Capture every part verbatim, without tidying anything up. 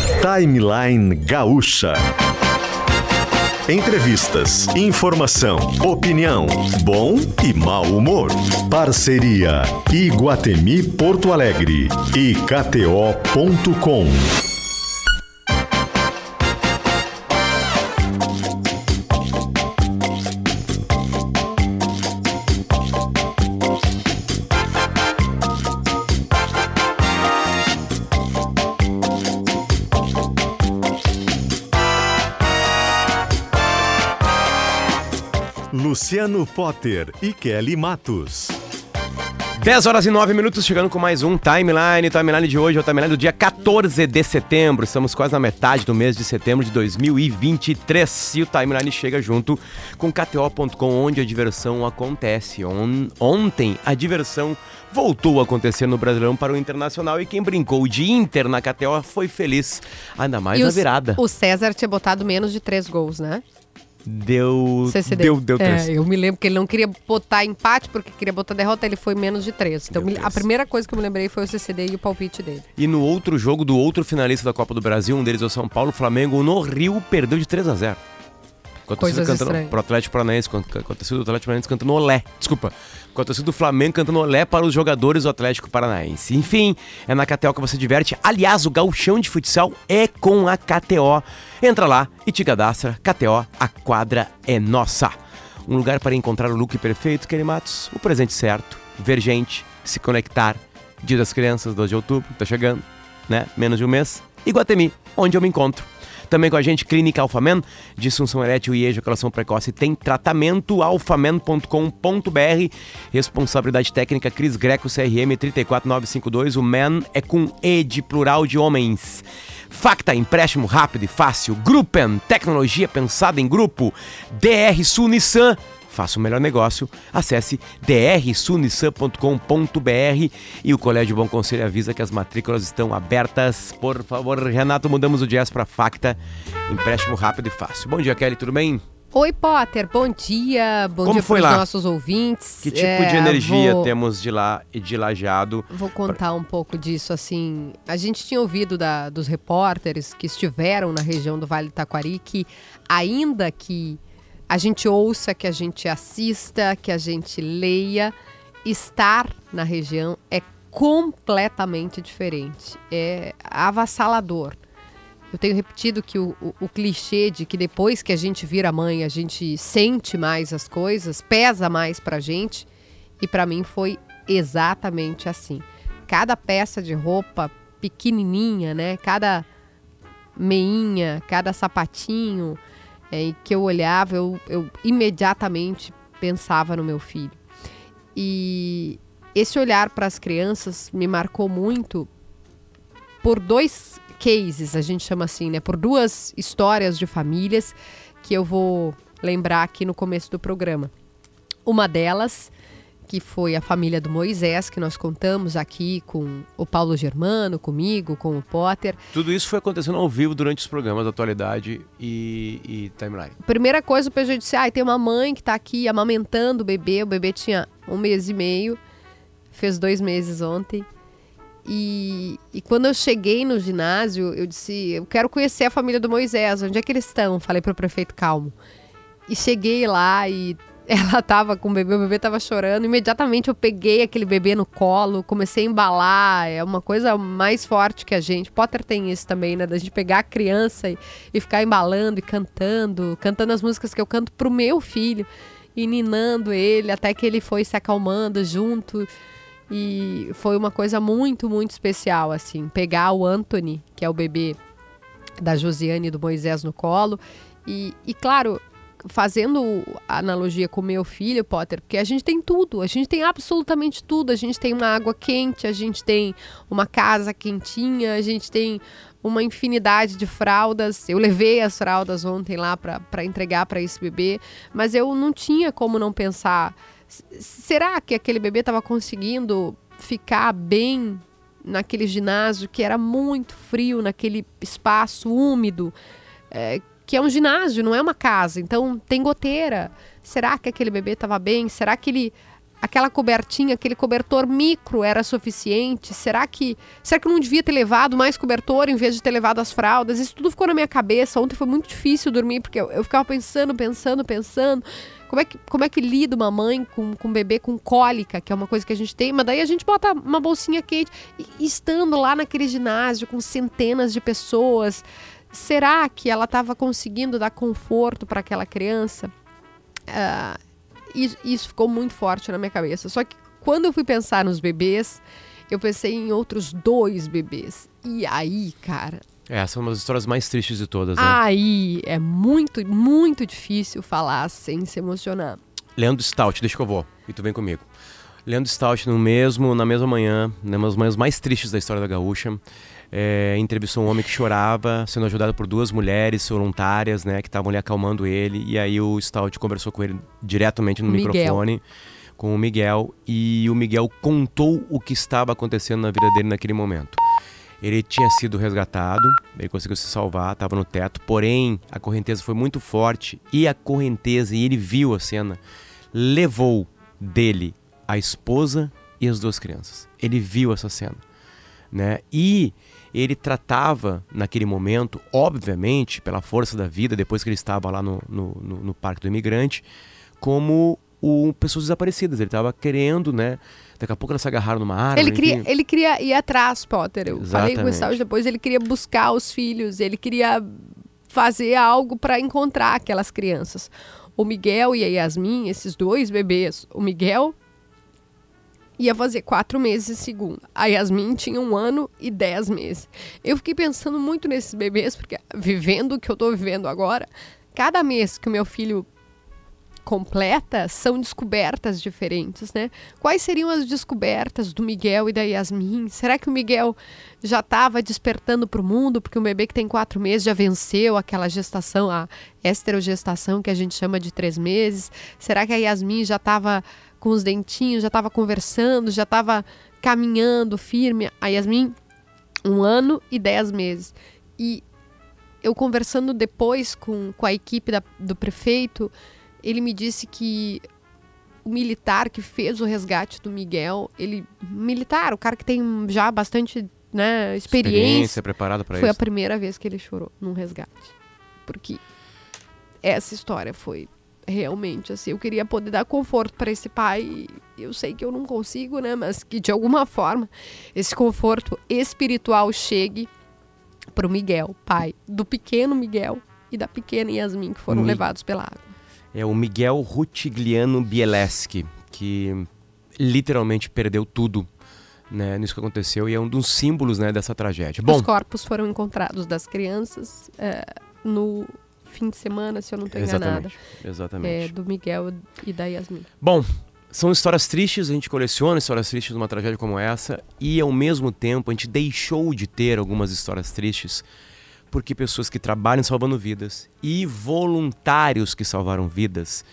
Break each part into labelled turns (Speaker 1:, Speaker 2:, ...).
Speaker 1: Timeline Gaúcha. Entrevistas, informação, opinião, bom e mau humor. Parceria Iguatemi Porto Alegre e K T O ponto com. Luciano Potter e Kelly Matos.
Speaker 2: dez horas e nove minutos, chegando com mais um Timeline. O Timeline de hoje é o Timeline do dia quatorze de setembro. Estamos quase na metade do mês de setembro de dois mil e vinte e três. E o Timeline chega junto com K T O ponto com, onde a diversão acontece. On- ontem, a diversão voltou a acontecer no Brasileirão para o Internacional. E quem brincou de Inter na K T O foi feliz, ainda mais
Speaker 3: e
Speaker 2: na
Speaker 3: o,
Speaker 2: virada.
Speaker 3: O César tinha botado menos de três gols, né?
Speaker 2: Deu,
Speaker 3: C C D.
Speaker 2: deu, deu três.
Speaker 3: É, eu me lembro que ele não queria botar empate porque queria botar derrota, ele foi menos de três. Então me, a primeira coisa que eu me lembrei foi o C C D e o palpite dele.
Speaker 2: E no outro jogo do outro finalista da Copa do Brasil, um deles é o São Paulo, o Flamengo no Rio perdeu de três a zero. Com a torcida
Speaker 3: Coisas
Speaker 2: cantando
Speaker 3: estranhas.
Speaker 2: pro Atlético Paranaense, com a, com a torcida do Atlético Paranaense cantando olé. Desculpa. Com a torcida do Flamengo cantando olé para os jogadores do Atlético Paranaense. Enfim, é na K T O que você diverte. Aliás, o gauchão de futsal é com a K T O. Entra lá e te cadastra. K T O, a quadra é nossa. Um lugar para encontrar o look perfeito, Kelly Matos. O presente certo, ver gente, se conectar. Dia das Crianças, doze de outubro, tá chegando, né? Menos de um mês. Iguatemi, onde eu me encontro. Também com a gente, Clínica Alphaman, disfunção erétil e ejaculação precoce tem tratamento, alphaman ponto com ponto b r. Responsabilidade técnica, Cris Greco, C R M três quatro nove cinco dois. O man é com E de plural de homens. Facta, empréstimo rápido e fácil. Gruppen, tecnologia pensada em grupo. D R Sul Nissan. Faça o melhor negócio, acesse d r sunissan ponto com ponto b r e o Colégio Bom Conselho avisa que as matrículas estão abertas. Por favor, Renato, mudamos o jazz para Facta, empréstimo rápido e fácil. Bom dia, Kelly, tudo bem?
Speaker 3: Oi, Potter, bom dia, bom
Speaker 2: Como
Speaker 3: dia
Speaker 2: foi
Speaker 3: para os
Speaker 2: lá?
Speaker 3: nossos ouvintes.
Speaker 2: Que tipo
Speaker 3: É,
Speaker 2: de energia
Speaker 3: vou...
Speaker 2: temos de lá e de Lajeado?
Speaker 3: Vou contar um pouco disso, assim, a gente tinha ouvido da, dos repórteres que estiveram na região do Vale do Taquari que ainda que a gente ouça, que a gente assista, que a gente leia, estar na região é completamente diferente, é avassalador. Eu tenho repetido que o, o, o clichê de que depois que a gente vira mãe, a gente sente mais as coisas, pesa mais pra gente, e pra mim foi exatamente assim. Cada peça de roupa pequenininha, né? Cada meinha, cada sapatinho é, que eu olhava, eu, eu imediatamente pensava no meu filho. E esse olhar para as crianças me marcou muito por dois cases, a gente chama assim, né? Por duas histórias de famílias que eu vou lembrar aqui no começo do programa. Uma delas, que foi a família do Moisés, que nós contamos aqui com o Paulo Germano, comigo, com o Potter.
Speaker 2: Tudo isso foi acontecendo ao vivo durante os programas da Atualidade e, e Timeline.
Speaker 3: Primeira coisa, o P G disse, ah, tem uma mãe que está aqui amamentando o bebê, o bebê tinha um mês e meio, fez dois meses ontem. E, e quando eu cheguei no ginásio, eu disse, eu quero conhecer a família do Moisés, onde é que eles estão? Falei para o prefeito Calmo. E cheguei lá e ela tava com o bebê, o bebê tava chorando. Imediatamente eu peguei aquele bebê no colo, comecei a embalar. É uma coisa mais forte que a gente. Potter tem isso também, né? Da gente pegar a criança e, e ficar embalando e cantando. Cantando as músicas que eu canto pro meu filho. E ninando ele, até que ele foi se acalmando junto. E foi uma coisa muito, muito especial, assim. Pegar o Anthony, que é o bebê da Josiane e do Moisés no colo. E, e claro... fazendo a analogia com o meu filho, Potter, porque a gente tem tudo, a gente tem absolutamente tudo, a gente tem uma água quente, a gente tem uma casa quentinha, a gente tem uma infinidade de fraldas. Eu levei as fraldas ontem lá para entregar para esse bebê, mas eu não tinha como não pensar, será que aquele bebê estava conseguindo ficar bem naquele ginásio que era muito frio, naquele espaço úmido, é, que é um ginásio, não é uma casa, então tem goteira. Será que aquele bebê estava bem? Será que ele aquela cobertinha, aquele cobertor micro era suficiente? Será que, será que eu não devia ter levado mais cobertor em vez de ter levado as fraldas? Isso tudo ficou na minha cabeça. Ontem foi muito difícil dormir, porque eu, eu ficava pensando, pensando, pensando. Como é que, como é que lida uma mãe com, com um bebê com cólica, que é uma coisa que a gente tem, mas daí a gente bota uma bolsinha quente. E, e estando lá naquele ginásio com centenas de pessoas, será que ela estava conseguindo dar conforto para aquela criança? Uh, isso, isso ficou muito forte na minha cabeça. Só que quando eu fui pensar nos bebês, eu pensei em outros dois bebês. E aí, cara...
Speaker 2: Essa é uma das histórias mais tristes de todas, né?
Speaker 3: Aí é muito, muito difícil falar sem se emocionar.
Speaker 2: Leandro Stout, deixa que eu vou. E tu vem comigo. Leandro Stout, no mesmo, na mesma manhã, nas manhãs mais tristes da história da Gaúcha, é, entrevistou um homem que chorava, sendo ajudado por duas mulheres voluntárias, né, que estavam ali acalmando ele. E aí o Stout conversou com ele diretamente no Miguel. microfone, com o Miguel. E o Miguel contou o que estava acontecendo na vida dele naquele momento. Ele tinha sido resgatado, ele conseguiu se salvar, estava no teto, porém a correnteza foi muito forte e a correnteza, e ele viu a cena, levou dele a esposa e as duas crianças. Ele viu essa cena, né? E ele tratava naquele momento, obviamente, pela força da vida, depois que ele estava lá no, no, no, no Parque do Imigrante, como o, pessoas desaparecidas. Ele estava querendo, né? Daqui a pouco elas se agarraram numa árvore.
Speaker 3: Ele queria, ele queria ir atrás, Potter. Eu
Speaker 2: Exatamente.
Speaker 3: falei com o Gustavo depois, ele queria buscar os filhos, ele queria fazer algo para encontrar aquelas crianças. O Miguel e a Yasmin, esses dois bebês, o Miguel ia fazer quatro meses em segunda. A Yasmin tinha um ano e dez meses. Eu fiquei pensando muito nesses bebês, porque vivendo o que eu tô vivendo agora, cada mês que o meu filho completa, são descobertas diferentes, né? Quais seriam as descobertas do Miguel e da Yasmin? Será que o Miguel já estava despertando para o mundo, porque um bebê que tem quatro meses já venceu aquela gestação, a esterogestação, que a gente chama de três meses? Será que a Yasmin já estava com os dentinhos, já estava conversando, já estava caminhando firme? A Yasmin, um ano e dez meses. E eu conversando depois com, com a equipe da, do prefeito, ele me disse que o militar que fez o resgate do Miguel, ele, militar, o cara que tem já bastante, né, experiência,
Speaker 2: experiência preparado para isso.
Speaker 3: Foi a primeira vez que ele chorou num resgate. Porque essa história foi realmente assim, eu queria poder dar conforto para esse pai, eu sei que eu não consigo, né, mas que de alguma forma esse conforto espiritual chegue pro Miguel, pai do pequeno Miguel e da pequena Yasmin, que foram Mi... levados pela água.
Speaker 2: É o Miguel Rutigliano Bieleski, que literalmente perdeu tudo, né, nisso que aconteceu, e é um dos símbolos, né, dessa tragédia. Bom,
Speaker 3: os corpos foram encontrados das crianças é, no fim de semana, se eu não estou enganada.
Speaker 2: Exatamente.
Speaker 3: É, do Miguel e da Yasmin.
Speaker 2: Bom, são histórias tristes, a gente coleciona histórias tristes de uma tragédia como essa, e ao mesmo tempo a gente deixou de ter algumas histórias tristes porque pessoas que trabalham salvando vidas e voluntários que salvaram vidas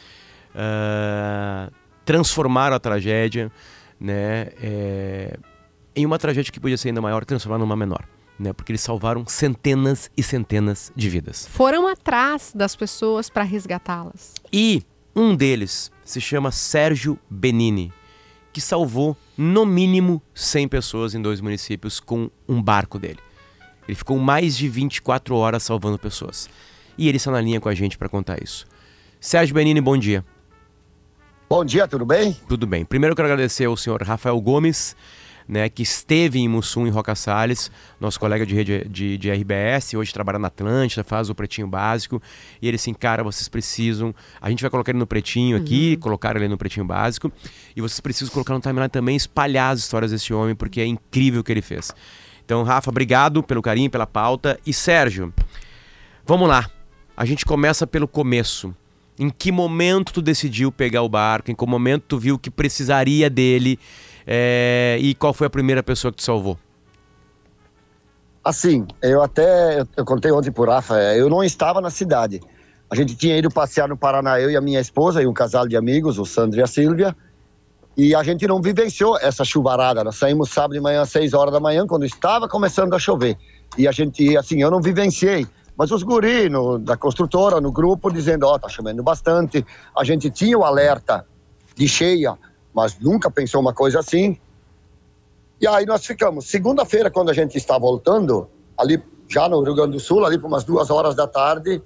Speaker 2: uh, transformaram a tragédia, né, é, em uma tragédia que podia ser ainda maior, transformar numa menor, né, porque eles salvaram centenas e centenas de vidas.
Speaker 3: Foram atrás das pessoas para resgatá-las.
Speaker 2: E um deles se chama Sérgio Benini, que salvou no mínimo cem pessoas em dois municípios com um barco dele. Ele ficou mais de vinte e quatro horas salvando pessoas. E ele está na linha com a gente para contar isso. Sérgio Benini, bom dia.
Speaker 4: Bom dia, tudo bem?
Speaker 2: Tudo bem. Primeiro eu quero agradecer ao senhor Rafael Gomes, né, que esteve em Mussum, em Roca Salles, nosso colega de rede de, de R B S, hoje trabalha na Atlântida, faz o Pretinho Básico, e ele assim, cara, vocês precisam, a gente vai colocar ele no Pretinho aqui, uhum. colocar ele no Pretinho Básico, e vocês precisam colocar no timeline também, espalhar as histórias desse homem, porque é incrível o que ele fez. Então, Rafa, obrigado pelo carinho, pela pauta. E Sérgio, vamos lá. A gente começa pelo começo. Em que momento tu decidiu pegar o barco? Em que momento tu viu que precisaria dele? É... E qual foi a primeira pessoa que te salvou?
Speaker 4: Assim, eu até... Eu, eu contei ontem pro Rafa, eu não estava na cidade. A gente tinha ido passear no Paraná, eu e a minha esposa e um casal de amigos, o Sandro e a Silvia. E a gente não vivenciou essa chuvarada. Nós saímos sábado de manhã, às seis horas da manhã, quando estava começando a chover. E a gente, assim, eu não vivenciei. Mas os guris no, da construtora, no grupo, dizendo, ó, oh, tá chovendo bastante. A gente tinha o alerta de cheia mas nunca pensou uma coisa assim. E aí nós ficamos. Segunda-feira, quando a gente está voltando, ali já no Rio Grande do Sul, ali por umas duas horas da tarde,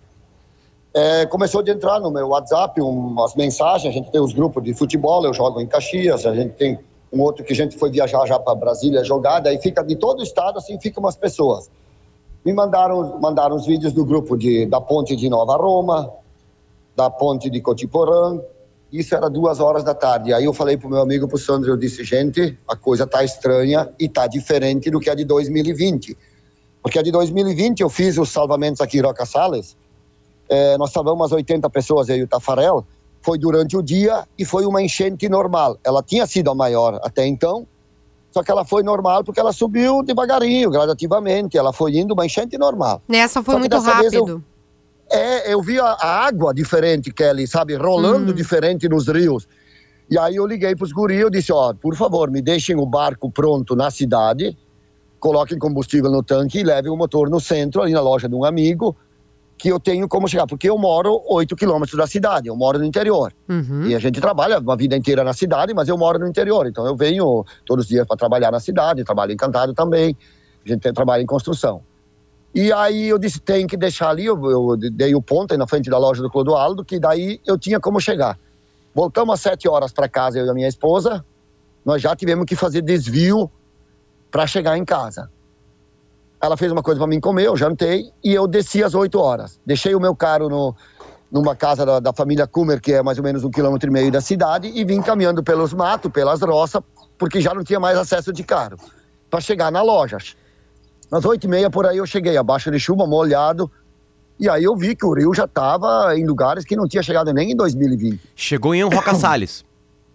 Speaker 4: é, começou a entrar no meu WhatsApp umas mensagens. A gente tem os grupos de futebol, eu jogo em Caxias, a gente tem um outro que a gente foi viajar já para Brasília jogar, daí fica de todo o estado, assim, ficam umas pessoas. Me mandaram, mandaram os vídeos do grupo de, da ponte de Nova Roma, da ponte de Cotiporã. Isso era duas horas da tarde. Aí eu falei pro meu amigo, pro Sandro, eu disse, gente, a coisa tá estranha e tá diferente do que a de dois mil e vinte. Porque a de dois mil e vinte eu fiz os salvamentos aqui em Roca Salles, é, nós salvamos umas oitenta pessoas, eu e o Tafarel, foi durante o dia e foi uma enchente normal. Ela tinha sido a maior até então, só que ela foi normal porque ela subiu devagarinho, gradativamente, ela foi indo uma enchente normal.
Speaker 3: Nessa foi muito rápido.
Speaker 4: Eu, é, eu vi a, a água diferente, Kelly, sabe, rolando hum. diferente nos rios. E aí eu liguei pros guris, eu disse, ó, por favor, me deixem o barco pronto na cidade, coloquem combustível no tanque e levem o motor no centro, ali na loja de um amigo, que eu tenho como chegar, porque eu moro oito quilômetros da cidade, eu moro no interior. Uhum. E a gente trabalha uma vida inteira na cidade, mas eu moro no interior, então eu venho todos os dias para trabalhar na cidade, trabalho em Encantado também, a gente tem, trabalha em construção. E aí eu disse, tem que deixar ali, eu, eu dei o ponto aí na frente da loja do Clodoaldo, que daí eu tinha como chegar. Voltamos às sete horas para casa, eu e a minha esposa, nós já tivemos que fazer desvio para chegar em casa. Ela fez uma coisa para mim comer, eu jantei, e eu desci às oito horas. Deixei o meu carro no, numa casa da, da família Kummer, que é mais ou menos um quilômetro e meio da cidade, e vim caminhando pelos matos, pelas roças, porque já não tinha mais acesso de carro, para chegar na loja. Às oito e meia por aí eu cheguei, abaixo de chuva, molhado, e aí eu vi que o rio já estava em lugares que não tinha chegado nem em dois mil e vinte.
Speaker 2: Chegou em Roca Salles.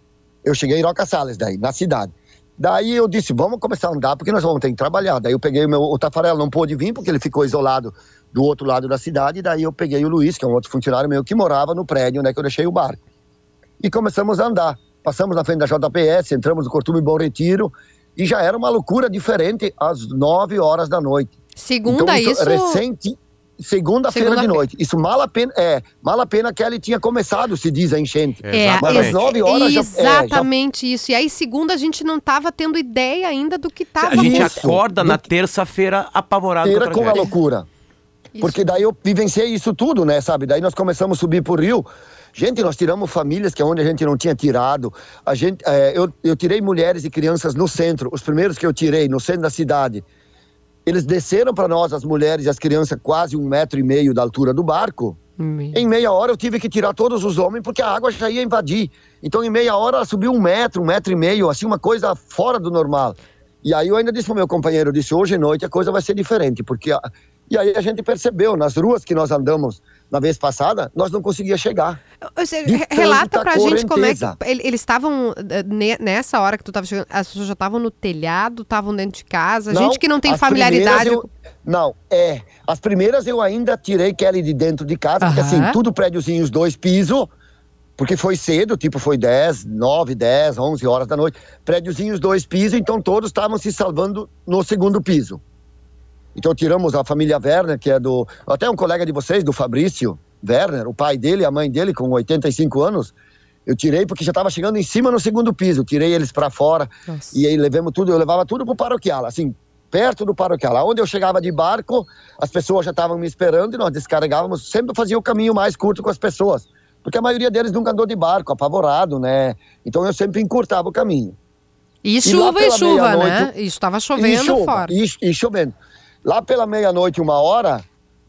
Speaker 4: Eu cheguei em Roca Salles, daí, na cidade. Daí eu disse, vamos começar a andar, porque nós vamos ter que trabalhar. Daí eu peguei o meu, o Tafarel não pôde vir, porque ele ficou isolado do outro lado da cidade, daí eu peguei o Luiz, que é um outro funcionário meu, que morava no prédio, né, que eu deixei o barco. E começamos a andar. Passamos na frente da J P S, entramos no Curtume Bom Retiro, e já era uma loucura diferente às nove horas da noite.
Speaker 3: Segunda, então, isso...
Speaker 4: Recente... Segunda-feira Segunda de noite. Isso mal a pena, é, mal a pena que ele tinha começado, se diz a enchente.
Speaker 3: É,
Speaker 4: mas às nove horas já...
Speaker 3: Exatamente é, já... isso. E aí segunda a gente não estava tendo ideia ainda do que estava.
Speaker 2: A gente
Speaker 3: isso.
Speaker 2: acorda na terça-feira apavorado.
Speaker 4: Era com a loucura. Isso. Porque daí eu vivenciei isso tudo, né, sabe? Daí nós começamos a subir pro rio. Gente, nós tiramos famílias que é onde a gente não tinha tirado. A gente, é, eu, eu tirei mulheres e crianças no centro. Os primeiros que eu tirei no centro da cidade. Eles desceram para nós, as mulheres e as crianças, quase um metro e meio da altura do barco. Hum. Em meia hora eu tive que tirar todos os homens, porque a água já ia invadir. Então em meia hora ela subiu um metro, um metro e meio, assim, uma coisa fora do normal. E aí eu ainda disse pro meu companheiro, eu disse, hoje à noite a coisa vai ser diferente, porque... A... E aí a gente percebeu, nas ruas que nós andamos na vez passada, nós não conseguíamos chegar.
Speaker 3: Você, relata pra gente como é que... Eles estavam, nessa hora que tu estava chegando, as pessoas já estavam no telhado, estavam dentro de casa, não, gente que não tem familiaridade...
Speaker 4: Eu, não, é, as primeiras eu ainda tirei Kelly de dentro de casa, uh-huh. porque assim, tudo prédiozinho, os dois pisos, porque foi cedo, tipo foi dez, nove, dez, onze horas da noite, prédiozinhos, dois pisos, então todos estavam se salvando no segundo piso. Então tiramos a família Werner, que é do... Até um colega de vocês, do Fabrício Werner, o pai dele, a mãe dele, com oitenta e cinco anos, eu tirei porque já estava chegando em cima no segundo piso, tirei eles para fora. Nossa. E aí levamos tudo, eu levava tudo pro paroquial, assim, perto do paroquial. Onde eu chegava de barco, as pessoas já estavam me esperando e nós descarregávamos, sempre fazia o caminho mais curto com as pessoas, porque a maioria deles nunca andou de barco, apavorado, né? Então eu sempre encurtava o caminho.
Speaker 3: E, e chuva e chuva, né? Isso estava chovendo
Speaker 4: e chuva,
Speaker 3: fora.
Speaker 4: E, e chovendo. Lá pela meia-noite, uma hora,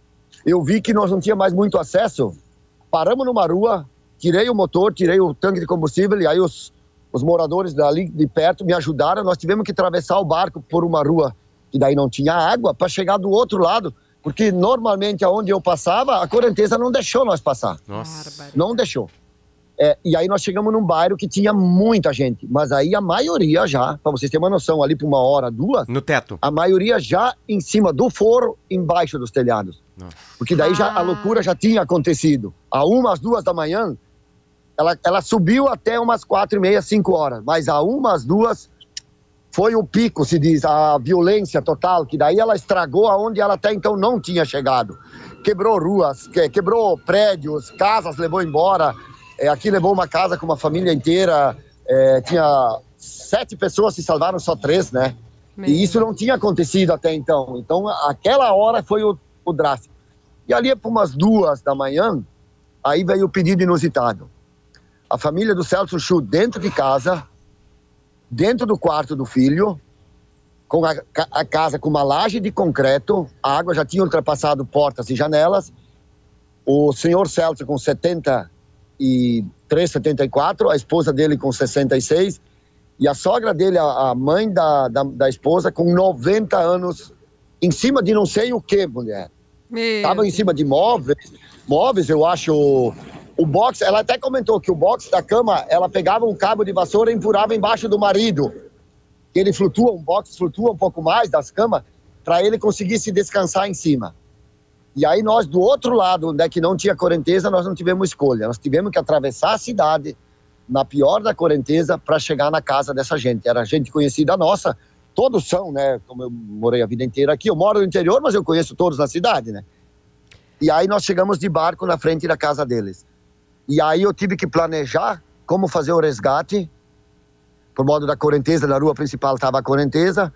Speaker 4: eu vi que nós não tínhamos mais muito acesso. Paramos numa rua, tirei o motor, tirei o tanque de combustível, e aí os, os moradores dali de perto me ajudaram. Nós tivemos que atravessar o barco por uma rua, que daí não tinha água, para chegar do outro lado. Porque normalmente, aonde eu passava, a correnteza não deixou nós passar.
Speaker 2: Nossa.
Speaker 4: Não deixou. É, e aí nós chegamos num bairro que tinha muita gente, mas aí a maioria já, para vocês terem uma noção, ali por uma hora, duas...
Speaker 2: No teto.
Speaker 4: A maioria já em cima do forro, embaixo dos telhados. Nossa. Porque daí já, a loucura já tinha acontecido. A uma, às duas da manhã, ela, ela subiu até umas quatro e meia, cinco horas, mas a uma, às duas, foi o pico, se diz, a violência total, que daí ela estragou aonde ela até então não tinha chegado. Quebrou ruas, quebrou prédios, casas, levou embora... É, aqui levou uma casa com uma família inteira, É, tinha sete pessoas, se salvaram só três, né?
Speaker 3: Meu.
Speaker 4: E isso não tinha acontecido até então. Então, aquela hora foi o, o drástico. E ali, por umas duas da manhã, aí veio o pedido inusitado. A família do Celso Chu dentro de casa, dentro do quarto do filho, com a, a casa com uma laje de concreto, a água já tinha ultrapassado portas e janelas. O senhor Celso com setenta e três, setenta e quatro, a esposa dele com sessenta e seis, e a sogra dele, a, a mãe da, da, da esposa, com noventa anos, em cima de não sei o que, mulher. Estavam em cima de móveis, móveis, eu acho. O box, ela até comentou que o box da cama, ela pegava um cabo de vassoura e empurrava embaixo do marido. Ele flutua, um box flutua um pouco mais das camas, para ele conseguir se descansar em cima. E aí nós, do outro lado, onde é que não tinha correnteza, nós não tivemos escolha. Nós tivemos que atravessar a cidade, na pior da correnteza, para chegar na casa dessa gente. Era gente conhecida nossa, todos são, né? Como eu morei a vida inteira aqui, eu moro no interior, mas eu conheço todos na cidade, né? E aí nós chegamos de barco na frente da casa deles. E aí eu tive que planejar como fazer o resgate, por modo da correnteza, na rua principal estava a correnteza.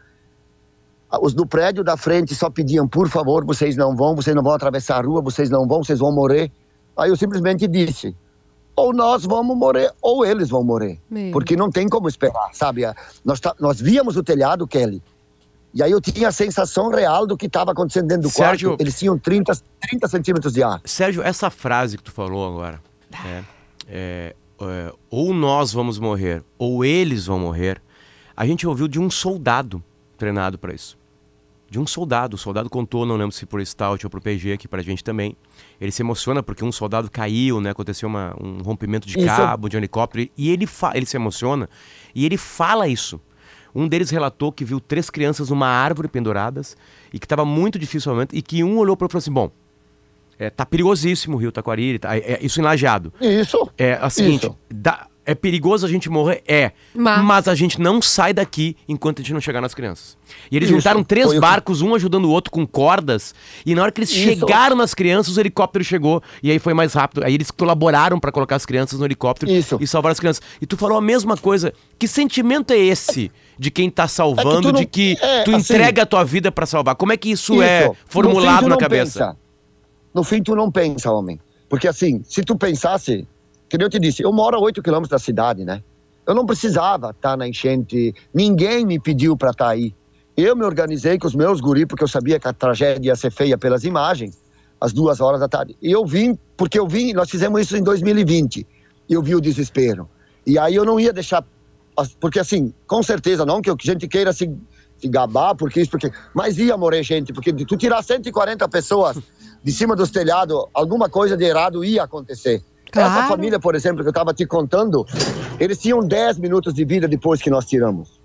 Speaker 4: Os do prédio da frente só pediam, por favor, vocês não vão, vocês não vão atravessar a rua, vocês não vão, vocês vão morrer. Aí eu simplesmente disse, ou nós vamos morrer, ou eles vão morrer. Meu. Porque não tem como esperar, sabe? Nós, nós víamos o telhado, Kelly, e aí eu tinha a sensação real do que estava acontecendo dentro do Sérgio, quarto. Eles tinham trinta, trinta centímetros de ar.
Speaker 2: Sérgio, essa frase que tu falou agora, é, é, é, ou nós vamos morrer, ou eles vão morrer, a gente ouviu de um soldado treinado para isso. De um soldado. O soldado contou, não lembro se por Stout ou por P G aqui pra gente também. Ele se emociona porque um soldado caiu, né? Aconteceu uma, um rompimento de cabo, de um helicóptero. E ele, fa- ele se emociona e ele fala isso. Um deles relatou que viu três crianças numa árvore penduradas e que estava muito difícil o momento. E que um olhou para ele e falou assim, bom, é, tá perigosíssimo o Rio Taquari, tá, é, é, isso em Lajeado.
Speaker 4: Isso.
Speaker 2: É a seguinte, dá, é perigoso a gente morrer? É. Mas... mas a gente não sai daqui enquanto a gente não chegar nas crianças. E eles Isso. juntaram três Foi barcos, um ajudando o outro com cordas. E na hora que eles Isso. chegaram nas crianças, o helicóptero chegou. E aí foi mais rápido. Aí eles colaboraram para colocar as crianças no helicóptero Isso. e salvar as crianças. E tu falou a mesma coisa. Que sentimento é esse de quem tá salvando, é que não... de que é, tu assim... entrega a tua vida para salvar? Como é que isso, isso. é formulado na cabeça?
Speaker 4: Pensa. No fim, tu não pensa, homem. Porque assim, se tu pensasse... Que eu te disse, eu moro a oito quilômetros da cidade, né? Eu não precisava estar na enchente, ninguém me pediu para estar aí. Eu me organizei com os meus guris, porque eu sabia que a tragédia ia ser feia pelas imagens, às duas horas da tarde. E eu vim, porque eu vim, nós fizemos isso em dois mil e vinte, e eu vi o desespero. E aí eu não ia deixar, porque assim, com certeza, não que a gente queira se, se gabar, porque isso, porque... Mas ia morrer gente, porque tu tirar cento e quarenta pessoas de cima dos telhados, alguma coisa de errado ia acontecer. Claro. Essa família, por exemplo, que eu estava te contando, eles tinham dez minutos de vida depois que nós tiramos.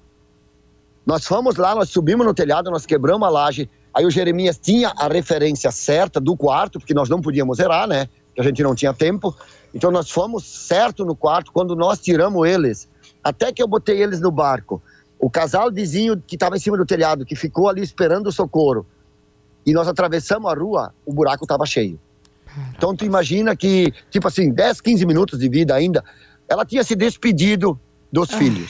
Speaker 4: Nós fomos lá, nós subimos no telhado, nós quebramos a laje, aí o Jeremias tinha a referência certa do quarto, porque nós não podíamos errar, né? Que a gente não tinha tempo. Então nós fomos certo no quarto, quando nós tiramos eles, até que eu botei eles no barco. O casal vizinho que estava em cima do telhado, que ficou ali esperando o socorro, e nós atravessamos a rua, o buraco estava cheio. Então tu imagina que, tipo assim, dez, quinze minutos de vida ainda, ela tinha se despedido dos ah. filhos.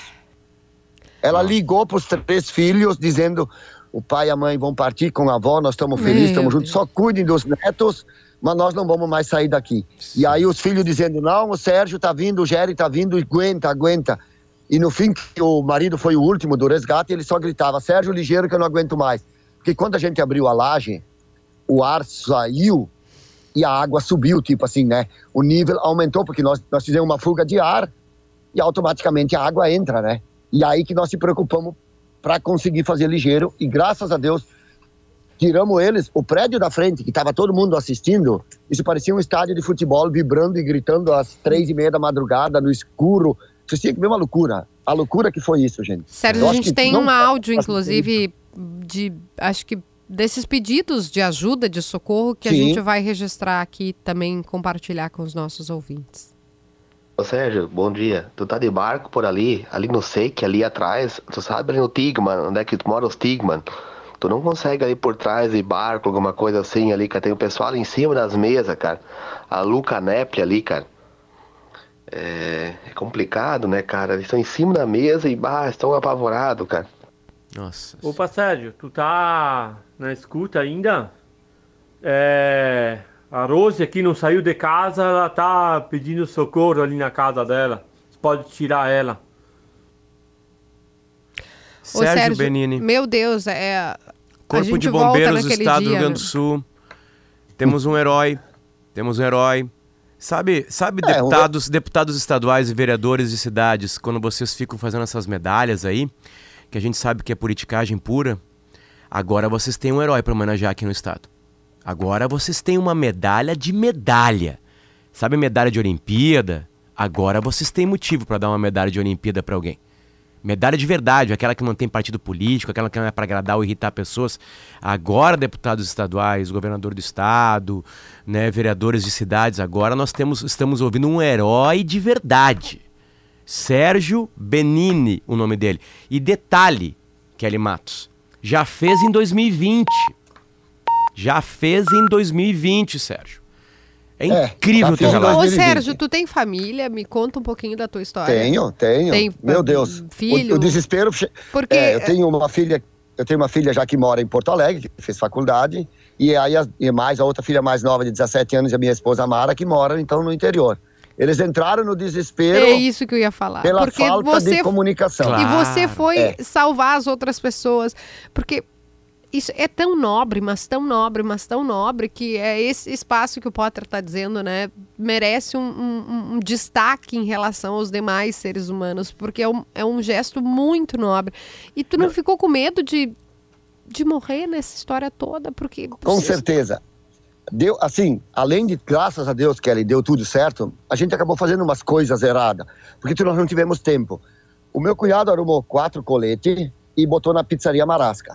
Speaker 4: Ela ligou para os três filhos, dizendo, o pai e a mãe vão partir com a avó, nós estamos felizes, estamos juntos, só cuidem dos netos, mas nós não vamos mais sair daqui. Sim. E aí os filhos dizendo, não, o Sérgio tá vindo, o Jerry tá vindo, aguenta, aguenta. E no fim, que o marido foi o último do resgate, ele só gritava, Sérgio, ligeiro que eu não aguento mais. Porque quando a gente abriu a laje, o ar saiu, e a água subiu, tipo assim, né? O nível aumentou, porque nós, nós fizemos uma fuga de ar e automaticamente a água entra, né? E aí que nós se preocupamos para conseguir fazer ligeiro e graças a Deus tiramos eles. O prédio da frente, que estava todo mundo assistindo, isso parecia um estádio de futebol vibrando e gritando às três e meia da madrugada, no escuro. Vocês tinham que ver uma loucura. A loucura que foi isso, gente.
Speaker 3: Sérgio, a gente tem um áudio, inclusive, de, acho que desses pedidos de ajuda, de socorro, que Sim. a gente vai registrar aqui também, compartilhar com os nossos ouvintes.
Speaker 5: Ô Sérgio, bom dia. Tu tá de barco por ali, ali no Seque, ali atrás, tu sabe ali no Tigman, onde é que tu mora os Tigman? Tu não consegue ali por trás de barco, alguma coisa assim ali, cara, tem o pessoal ali em cima das mesas, cara. A Luca Neple ali, cara. É, é complicado, né, cara? Eles estão em cima da mesa e bah, estão apavorados, cara.
Speaker 2: Nossa.
Speaker 6: Opa, Sérgio, tu tá na escuta ainda? É, a Rose aqui não saiu de casa, ela tá pedindo socorro ali na casa dela. Você pode tirar ela.
Speaker 3: Ô,
Speaker 2: Sérgio Benini.
Speaker 3: Meu Deus, é. a
Speaker 2: Corpo
Speaker 3: gente
Speaker 2: de
Speaker 3: volta
Speaker 2: Bombeiros do
Speaker 3: naquele
Speaker 2: Estado do
Speaker 3: dia,
Speaker 2: Rio Grande
Speaker 3: né?
Speaker 2: do Sul. Temos um herói. Temos um herói. Sabe, sabe
Speaker 4: É, um-
Speaker 2: deputados, deputados estaduais e vereadores de cidades, quando vocês ficam fazendo essas medalhas aí, que a gente sabe que é politicagem pura, agora vocês têm um herói para homenagear aqui no estado. Agora vocês têm uma medalha de medalha. Sabe medalha de Olimpíada? Agora vocês têm motivo para dar uma medalha de Olimpíada para alguém. Medalha de verdade, aquela que não tem partido político, aquela que não é para agradar ou irritar pessoas. Agora, deputados estaduais, governador do estado, né, vereadores de cidades, agora nós temos, estamos ouvindo um herói de verdade. Sérgio Benini, o nome dele. E detalhe, Kelly Matos, já fez em dois mil e vinte. Já fez em dois mil e vinte, Sérgio. É
Speaker 4: É,
Speaker 2: incrível o
Speaker 4: já
Speaker 2: teu
Speaker 4: fez em
Speaker 2: relato.
Speaker 3: Ô,
Speaker 4: dois mil e vinte.
Speaker 3: Sérgio, tu tem família? Me conta um pouquinho da tua história.
Speaker 4: Tenho, tenho.
Speaker 3: Tem,
Speaker 4: Meu Deus.
Speaker 3: filho?
Speaker 4: O, o desespero. che-
Speaker 3: Porque-
Speaker 4: É, eu tenho uma filha, eu tenho uma filha já que mora em Porto Alegre, que fez faculdade, e aí a, e mais a outra filha mais nova de dezessete anos, a minha esposa Mara, que mora então no interior. Eles entraram no desespero
Speaker 3: É isso que eu ia falar.
Speaker 4: pela
Speaker 3: Porque
Speaker 4: falta
Speaker 3: você
Speaker 4: de comunicação.
Speaker 2: Claro.
Speaker 3: E você foi
Speaker 4: É.
Speaker 3: salvar as outras pessoas. Porque isso é tão nobre, mas tão nobre, mas tão nobre, que é esse espaço que o Potter está dizendo, né? Merece um, um- um destaque em relação aos demais seres humanos, porque é um, é um gesto muito nobre. E tu não, ficou com medo de, de morrer nessa história toda? Porque
Speaker 4: Com
Speaker 3: vocês-
Speaker 4: certeza. Deu, assim, além de, graças a Deus, Kelly, deu tudo certo, a gente acabou fazendo umas coisas erradas, porque nós não tivemos tempo. O meu cunhado arrumou quatro coletes e botou na pizzaria Marasca.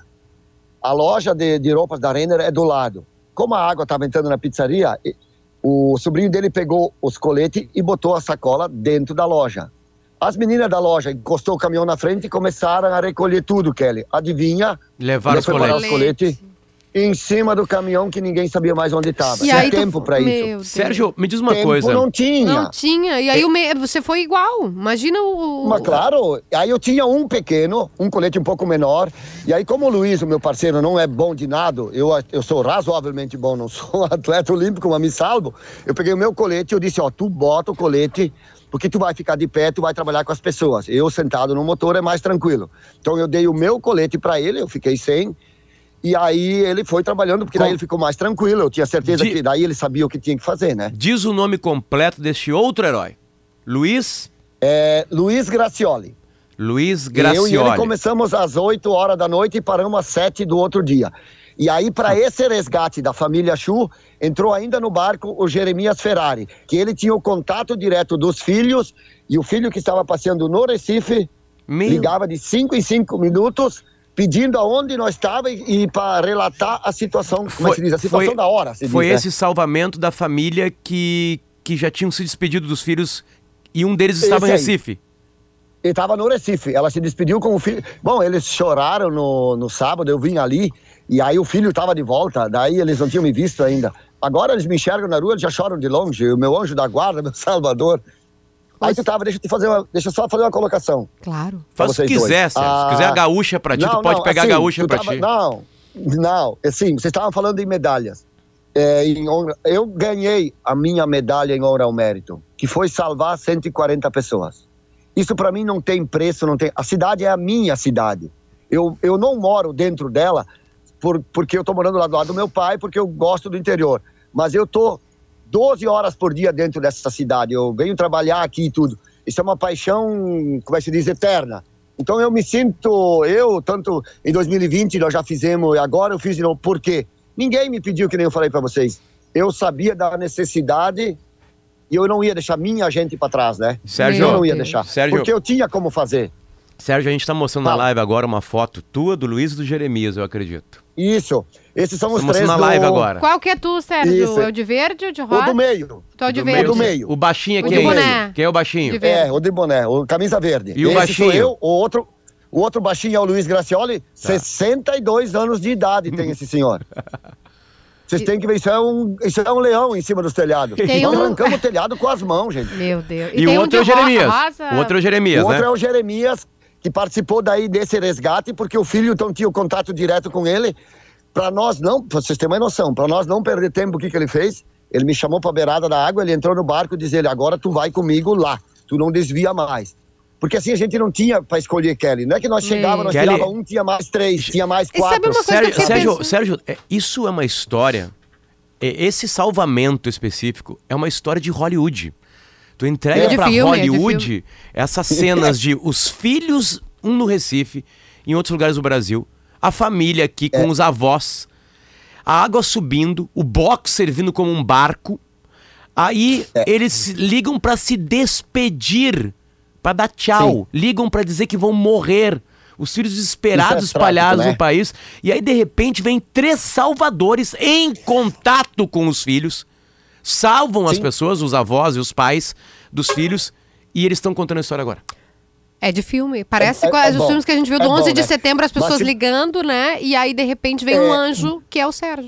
Speaker 4: A loja de, de roupas da Renner é do lado. Como a água estava entrando na pizzaria, e- o sobrinho dele pegou os coletes e botou a sacola dentro da loja. As meninas da loja encostou o caminhão na frente e começaram a recolher tudo, Kelly. Adivinha?
Speaker 2: Levaram os
Speaker 4: Ele foi parar
Speaker 2: coletes.
Speaker 4: os coletes em cima do caminhão que ninguém sabia mais onde estava.
Speaker 3: E
Speaker 4: Tinha
Speaker 3: aí tu-
Speaker 4: tempo para isso.
Speaker 3: Meu Deus.
Speaker 2: Sérgio, me diz uma
Speaker 4: Tempo
Speaker 2: coisa.
Speaker 4: não tinha.
Speaker 3: Não tinha. E aí o me- você foi igual. Imagina o...
Speaker 4: Mas claro, aí eu tinha um pequeno, um colete um pouco menor, e aí como o Luiz, o meu parceiro, não é bom de nado, eu, eu sou razoavelmente bom, não sou atleta olímpico, mas me salvo, eu peguei o meu colete e eu disse, ó, tu bota o colete, porque tu vai ficar de pé, tu vai trabalhar com as pessoas. Eu sentado no motor é mais tranquilo. Então eu dei o meu colete para ele, eu fiquei sem, e aí ele foi trabalhando, porque
Speaker 2: Com-
Speaker 4: daí ele ficou mais tranquilo, eu tinha certeza
Speaker 2: De-
Speaker 4: que daí ele sabia o que tinha que fazer, né?
Speaker 2: Diz o nome completo deste outro herói. Luiz
Speaker 4: É, Luiz Gracioli.
Speaker 2: Luiz
Speaker 4: Eu e ele
Speaker 2: Gracioli.
Speaker 4: começamos às oito horas da noite e paramos às sete do outro dia. E aí, para esse resgate da família Chu, entrou ainda no barco o Jeremias Ferrari, que ele tinha o contato direto dos filhos, e o filho que estava passeando no Recife
Speaker 2: Meu-
Speaker 4: ligava de cinco em cinco minutos, pedindo aonde nós estávamos e, e para relatar a situação, como é que se diz, a situação
Speaker 2: foi-
Speaker 4: da hora. Se
Speaker 2: Foi
Speaker 4: diz, né?
Speaker 2: esse salvamento da família que, que já tinham se despedido dos filhos e um deles estava em
Speaker 4: Esse aí.
Speaker 2: Recife.
Speaker 4: Ele estava no Recife, ela se despediu com o filho. Bom, eles choraram no, no sábado, eu vim ali, e aí o filho estava de volta, daí eles não tinham me visto ainda. Agora eles me enxergam na rua, eles já choram de longe, o meu anjo da guarda, meu salvador. Aí
Speaker 3: Mas-
Speaker 4: tu tava, deixa eu te fazer uma, deixa eu só fazer uma colocação.
Speaker 3: Claro.
Speaker 2: Faz o que
Speaker 4: vocês dois.
Speaker 2: quiser, Sérgio. Se
Speaker 4: Ah,
Speaker 2: quiser a gaúcha pra ti, tu
Speaker 4: Não,
Speaker 2: pode
Speaker 4: não,
Speaker 2: pegar
Speaker 4: assim,
Speaker 2: a gaúcha
Speaker 4: tu
Speaker 2: pra
Speaker 4: tava-
Speaker 2: ti.
Speaker 4: Não, não, assim, vocês estavam falando em medalhas. É, em honra- eu ganhei a minha medalha em honra ao mérito, que foi salvar cento e quarenta pessoas. Isso para mim não tem preço, não tem. A cidade é a minha cidade. Eu, eu não moro dentro dela por, porque eu tô morando lá do lado do meu pai, porque eu gosto do interior. Mas eu tô doze horas por dia dentro dessa cidade. Eu venho trabalhar aqui e tudo. Isso é uma paixão, como é que se diz, eterna. Então eu me sinto, eu, tanto em dois mil e vinte nós já fizemos, e agora eu fiz de novo. Por quê? Ninguém me pediu, que nem eu falei para vocês. Eu sabia da necessidade e eu não ia deixar minha gente para trás, né?
Speaker 2: Sérgio,
Speaker 4: eu não ia
Speaker 3: Deus.
Speaker 4: deixar.
Speaker 2: Sérgio-
Speaker 4: Porque eu tinha como fazer.
Speaker 2: Sérgio, a gente tá mostrando na
Speaker 4: Fala.
Speaker 2: live agora uma foto tua, do Luiz e do Jeremias, eu acredito.
Speaker 4: Isso. Esses são os
Speaker 2: Estamos
Speaker 4: três
Speaker 2: na
Speaker 4: do...
Speaker 2: live agora.
Speaker 3: Qual que é tu, Sérgio?
Speaker 4: Isso.
Speaker 3: É o de verde ou de
Speaker 4: O
Speaker 3: rosa?
Speaker 4: do meio.
Speaker 3: Tu é o de
Speaker 2: Do
Speaker 3: verde.
Speaker 4: meio. do meio.
Speaker 2: O baixinho é
Speaker 3: O
Speaker 2: quem?
Speaker 3: de boné.
Speaker 2: Quem é o baixinho?
Speaker 3: De verde.
Speaker 4: É, o de boné, o camisa verde.
Speaker 2: E o
Speaker 4: Esse
Speaker 2: baixinho?
Speaker 4: sou eu, o outro, o outro baixinho é o Luiz Gracioli, sessenta e dois anos de idade tem esse senhor. Vocês têm que ver, isso é, um, isso é um leão em cima dos telhados.
Speaker 3: Tem
Speaker 4: Nós
Speaker 3: um-
Speaker 4: arrancamos o telhado com as mãos, gente.
Speaker 3: Meu Deus.
Speaker 2: E, o
Speaker 3: tem um
Speaker 2: outro é o
Speaker 3: de ro-
Speaker 2: Jeremias.
Speaker 3: rosa-
Speaker 2: O outro é o Jeremias,
Speaker 4: O outro
Speaker 2: né?
Speaker 4: é o Jeremias, que participou daí desse resgate, porque o filho então tinha o contato direto com ele. Para nós não, pra vocês terem uma noção, para nós não perder tempo, o que, que ele fez? Ele me chamou para a beirada da água, ele entrou no barco e disse ele, agora tu vai comigo lá, tu não desvia mais. Porque assim a gente não tinha para escolher, Kelly. Não é que nós chegávamos, nós
Speaker 2: Kelly-
Speaker 4: tirava um, tinha mais três, tinha mais
Speaker 3: E sabe
Speaker 4: quatro.
Speaker 3: uma coisa
Speaker 2: Sérgio,
Speaker 3: que eu
Speaker 2: Sérgio,
Speaker 3: penso-
Speaker 2: Sérgio, é, isso é uma história. é, Esse salvamento específico é uma história de Hollywood. Tu entrega
Speaker 3: É de
Speaker 2: pra
Speaker 3: filme, é de
Speaker 2: Hollywood essas cenas de os filhos, um no Recife, em outros lugares do Brasil, a família aqui com os avós, a água subindo, o box servindo como um barco. Aí eles ligam pra se despedir, pra dar tchau, ligam pra dizer que vão morrer. Os filhos desesperados
Speaker 4: Isso é
Speaker 2: espalhados
Speaker 4: trágico, né?
Speaker 2: no país. E aí, de repente, vem três salvadores em contato com os filhos, salvam as
Speaker 4: Sim.
Speaker 2: pessoas, os avós e os pais dos filhos, e eles estão contando a história agora.
Speaker 3: É de filme. Parece
Speaker 4: É- é-
Speaker 3: quase
Speaker 4: é
Speaker 3: os
Speaker 4: bom.
Speaker 3: filmes que a gente viu
Speaker 4: É
Speaker 3: do onze
Speaker 4: bom,
Speaker 3: de
Speaker 4: né?
Speaker 3: setembro, as
Speaker 4: Mas
Speaker 3: pessoas
Speaker 4: se-
Speaker 3: ligando, né? E aí, de repente, vem um
Speaker 4: É.
Speaker 3: anjo, que é o Sérgio.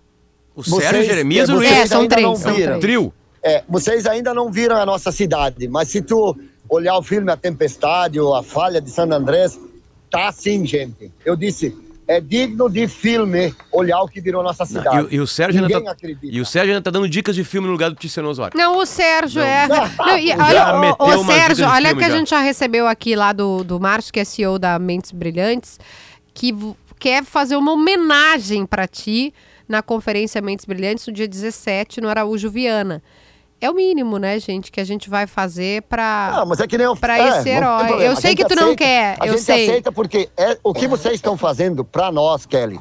Speaker 2: O
Speaker 4: Vocês-
Speaker 2: Sérgio, Jeremias e o
Speaker 4: vocês
Speaker 2: Luiz.
Speaker 3: É, são
Speaker 4: ainda
Speaker 3: três,
Speaker 4: não
Speaker 3: são
Speaker 4: viram.
Speaker 3: três.
Speaker 2: Trio.
Speaker 4: É, vocês ainda não viram a nossa cidade, mas se tu olhar o filme A Tempestade ou A Falha de San Andrés, tá assim, gente. Eu disse, é digno de filme olhar o que virou nossa
Speaker 2: Não,
Speaker 4: cidade.
Speaker 2: e, o- e o Sérgio ainda
Speaker 4: Ninguém
Speaker 2: tá,
Speaker 4: acredita.
Speaker 2: e o Sérgio ainda tá dando dicas de filme no lugar do Tiziano Osório.
Speaker 3: Não, o Sérgio é. Não, e
Speaker 2: Já
Speaker 3: olha,
Speaker 2: meteu
Speaker 3: o, o
Speaker 2: umas
Speaker 3: Sérgio,
Speaker 2: dicas de
Speaker 3: olha
Speaker 2: filme
Speaker 3: que a
Speaker 2: já.
Speaker 3: gente já recebeu aqui lá do, do Márcio, que é C E O da Mentes Brilhantes, que v- quer fazer uma homenagem pra ti na conferência Mentes Brilhantes no dia dezessete, no Araújo Viana. É o mínimo, né, gente, que a gente vai fazer pra.
Speaker 4: Não, mas é que nem eu...
Speaker 3: Pra
Speaker 4: é,
Speaker 3: esse
Speaker 4: não tem
Speaker 3: herói.
Speaker 4: problema.
Speaker 3: Eu
Speaker 4: A
Speaker 3: sei
Speaker 4: gente
Speaker 3: que tu não
Speaker 4: aceita-
Speaker 3: quer,
Speaker 4: a
Speaker 3: eu
Speaker 4: gente
Speaker 3: sei.
Speaker 4: aceita porque é o que vocês estão fazendo pra nós, Kelly.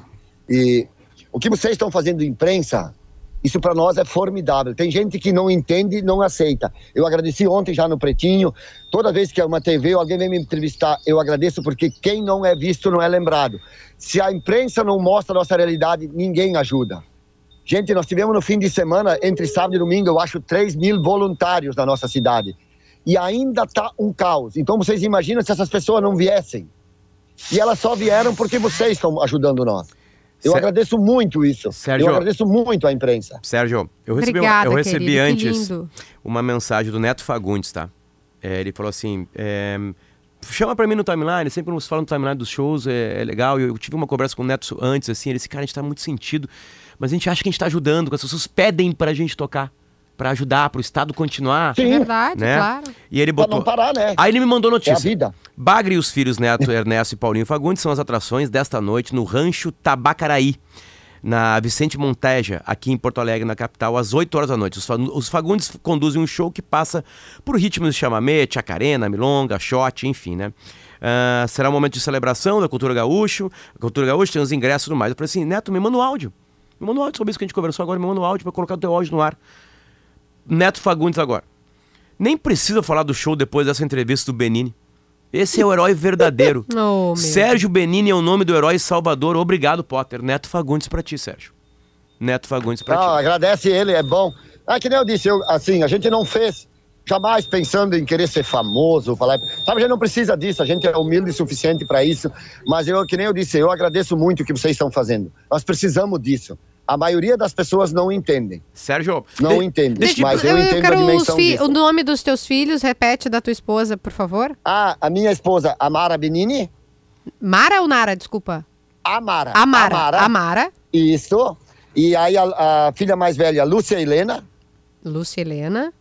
Speaker 4: E o que vocês estão fazendo imprensa, isso pra nós é formidável. Tem gente que não entende e não aceita. Eu agradeci ontem já no Pretinho. Toda vez que é uma T V ou alguém vem me entrevistar, eu agradeço porque quem não é visto não é lembrado. Se a imprensa não mostra a nossa realidade, ninguém ajuda. Gente, nós tivemos no fim de semana, entre sábado e domingo, eu acho três mil voluntários na nossa cidade. E ainda tá um caos. Então vocês imaginam se essas pessoas não viessem. E elas só vieram porque vocês estão ajudando nós. Eu
Speaker 2: Sé-
Speaker 4: agradeço muito isso.
Speaker 2: Sérgio-
Speaker 4: Eu agradeço muito a imprensa.
Speaker 2: Sérgio, eu recebi, uma-
Speaker 3: Obrigada,
Speaker 2: eu recebi
Speaker 3: querido, que
Speaker 2: antes
Speaker 3: lindo.
Speaker 2: uma mensagem do Neto Fagundes, tá? É, ele falou assim, é, chama pra mim no timeline, sempre nos fala no timeline dos shows, é, é legal. Eu, eu tive uma conversa com o Neto antes, assim, ele disse, cara, a gente tá muito sentido, mas a gente acha que a gente tá ajudando, que as pessoas pedem pra gente tocar, pra ajudar, pro Estado continuar,
Speaker 3: É
Speaker 4: Sim,
Speaker 3: verdade,
Speaker 2: né?
Speaker 3: claro.
Speaker 2: E ele
Speaker 4: pra
Speaker 2: botou...
Speaker 4: não parar, né?
Speaker 2: Aí ele me mandou
Speaker 4: É a
Speaker 2: notícia.
Speaker 4: vida.
Speaker 2: Bagre e os filhos Neto, Ernesto e Paulinho Fagundes são as atrações desta noite no Rancho Tabacaraí, na Vicente Monteja, aqui em Porto Alegre, na capital, às oito horas da noite. Os, Fa- os Fagundes conduzem um show que passa por ritmos de chamamé, chacarena, milonga, shot, enfim, né? Ah, será um momento de celebração da cultura gaúcho, a cultura gaúcha tem os ingressos e tudo mais. Eu falei assim, Neto, me manda um áudio. Me manda um áudio sobre isso que a gente conversou agora, me manda um áudio pra colocar o teu áudio no ar. Neto Fagundes agora. Nem precisa falar do show depois dessa entrevista do Benini. Esse é o herói verdadeiro.
Speaker 3: Oh, meu.
Speaker 2: Sérgio Benini é o nome do herói salvador. Obrigado, Potter. Neto Fagundes pra ti, Sérgio. Neto Fagundes pra
Speaker 4: Não,
Speaker 2: ti.
Speaker 4: agradece ele, é bom. Ah, que nem eu disse, eu, assim, a gente não fez jamais pensando em querer ser famoso, falar. Sabe, a gente não precisa disso, a gente é humilde o suficiente para isso. Mas eu, que nem eu disse, eu agradeço muito o que vocês estão fazendo. Nós precisamos disso. A maioria das pessoas não entendem.
Speaker 2: Sérgio,
Speaker 4: Não
Speaker 2: de-
Speaker 4: entende,
Speaker 2: deixa-
Speaker 4: mas eu, entendo a
Speaker 3: quero os
Speaker 4: dimensão
Speaker 3: fi-
Speaker 4: disso.
Speaker 3: o nome dos teus filhos, repete da tua esposa, por favor.
Speaker 4: Ah, a minha esposa, Amara Benini.
Speaker 3: Mara ou Nara, desculpa?
Speaker 4: Amara.
Speaker 3: Amara.
Speaker 4: Amara.
Speaker 3: Amara.
Speaker 4: Isso. E aí a, a filha mais velha, Lúcia Helena.
Speaker 3: Lúcia Helena.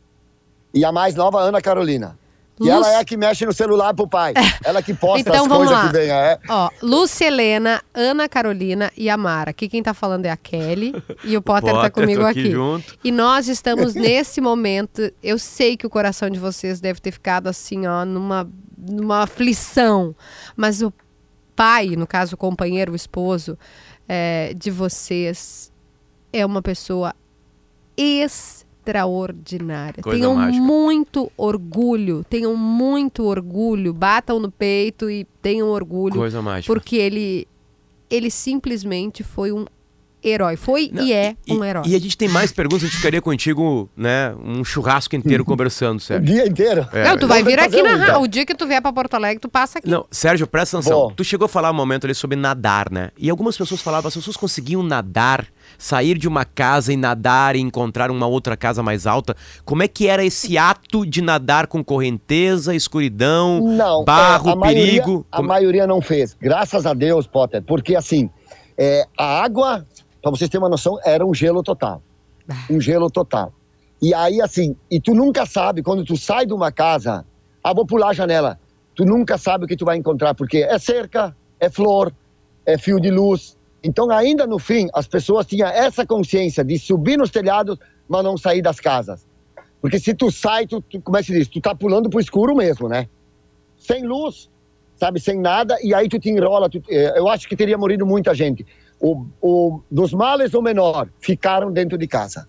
Speaker 4: E a mais nova, Ana Carolina. E
Speaker 3: Lúcia-
Speaker 4: ela é a que mexe no celular pro pai. Ela que posta
Speaker 3: Então
Speaker 4: as
Speaker 3: vamos
Speaker 4: coisas
Speaker 3: lá.
Speaker 4: que vem. É.
Speaker 3: Ó, Lúcia Helena, Ana Carolina e Amara. Aqui quem tá falando é a Kelly e o Potter, tá
Speaker 2: Potter,
Speaker 3: comigo
Speaker 2: tô aqui
Speaker 3: aqui.
Speaker 2: junto.
Speaker 3: E nós estamos nesse momento. Eu sei que o coração de vocês deve ter ficado assim, ó, numa, numa aflição. Mas o pai, no caso o companheiro, o esposo é, de vocês, é uma pessoa extraordinária.
Speaker 2: Coisa
Speaker 3: Tenham
Speaker 2: mágica.
Speaker 3: muito orgulho, tenham muito orgulho, batam no peito e tenham orgulho.
Speaker 2: Coisa mágica.
Speaker 3: Porque ele, ele simplesmente foi um herói. Foi
Speaker 2: Não,
Speaker 3: e é
Speaker 2: e,
Speaker 3: um herói.
Speaker 2: E a gente tem mais perguntas, a gente ficaria contigo, né, um churrasco inteiro conversando,
Speaker 4: O
Speaker 2: Sérgio.
Speaker 4: dia inteiro.
Speaker 2: É.
Speaker 3: Não, tu vai vir aqui na
Speaker 4: narrar.
Speaker 3: O dia que tu vier pra Porto Alegre, tu passa aqui.
Speaker 2: Não, Sérgio, presta atenção.
Speaker 4: Bom.
Speaker 2: Tu chegou a falar um momento ali sobre nadar, né? E algumas pessoas falavam, as pessoas conseguiam nadar, sair de uma casa e nadar e encontrar uma outra casa mais alta. Como é que era esse ato de nadar com correnteza, escuridão,
Speaker 4: Não,
Speaker 2: barro,
Speaker 4: é, a maioria-
Speaker 2: perigo?
Speaker 4: A
Speaker 2: Como-
Speaker 4: maioria não fez. Graças a Deus, Potter. Porque assim, é, a água, pra vocês terem uma noção, era um gelo total. Um gelo total. E aí, assim, e tu nunca sabe, quando tu sai de uma casa, ah, vou pular a janela. Tu nunca sabe o que tu vai encontrar, porque é cerca, é flor, é fio de luz. Então, ainda no fim, as pessoas tinham essa consciência de subir nos telhados, mas não sair das casas. Porque se tu sai, tu, tu, como é que se diz? Tu tá pulando pro escuro mesmo, né? Sem luz, sabe, sem nada, e aí tu te enrola. Tu, eh, eu acho que teria morrido muita gente. O, o, dos males, o menor, ficaram dentro de casa.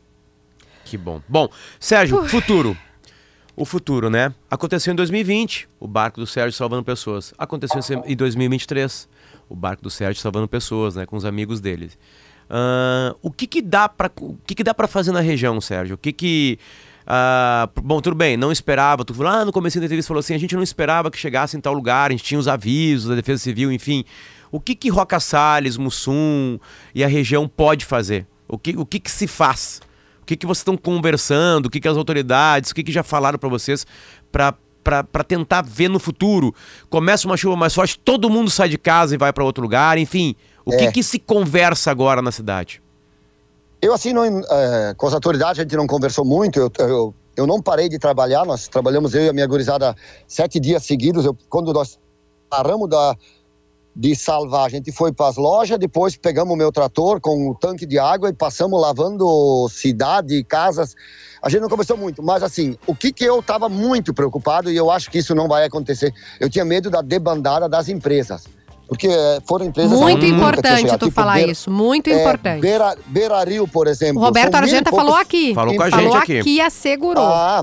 Speaker 2: Que bom. Bom, Sérgio, futuro. O futuro, né? Aconteceu em dois mil e vinte, o barco do Sérgio salvando pessoas. Aconteceu em dois mil e vinte e três, o barco do Sérgio salvando pessoas, né? Com os amigos dele. Uh, o que que dá pra, o que que dá pra fazer na região, Sérgio? O que que... Uh, bom, tudo bem, não esperava. Tu falou lá no começo da entrevista, falou assim, a gente não esperava que chegasse em tal lugar, a gente tinha os avisos da Defesa Civil, enfim. O que que Roca Salles, Mussum e a região pode fazer? O que, o que que se faz? O que que vocês estão conversando? O que que as autoridades, o que que já falaram pra vocês pra, pra, pra tentar ver no futuro? Começa uma chuva mais forte, todo mundo sai de casa e vai pra outro lugar, enfim. O
Speaker 4: É.
Speaker 2: que que se conversa agora na cidade?
Speaker 4: Eu, assim, não, é, com as autoridades a gente não conversou muito, eu, eu, eu não parei de trabalhar, nós trabalhamos, eu e a minha gurizada, sete dias seguidos. Eu, quando nós paramos da, de salvar, a gente foi para as lojas, depois pegamos o meu trator com o tanque de água e passamos lavando cidade, casas. A gente não conversou muito, mas assim, o que que eu estava muito preocupado, e eu acho que isso não vai acontecer, eu tinha medo da debandada das empresas. Porque foram empresas...
Speaker 3: Muito
Speaker 4: que nunca tinham
Speaker 3: importante
Speaker 4: chegado,
Speaker 3: tu
Speaker 4: tipo
Speaker 3: falar
Speaker 4: Beira-
Speaker 3: isso, muito
Speaker 4: é,
Speaker 3: importante.
Speaker 4: Beira, Beira Rio, por exemplo.
Speaker 3: O Roberto
Speaker 4: são mil e
Speaker 3: Argenta
Speaker 4: poucos-
Speaker 3: falou aqui.
Speaker 2: Falou com a
Speaker 3: falou
Speaker 2: gente aqui.
Speaker 3: aqui e assegurou.
Speaker 4: Ah,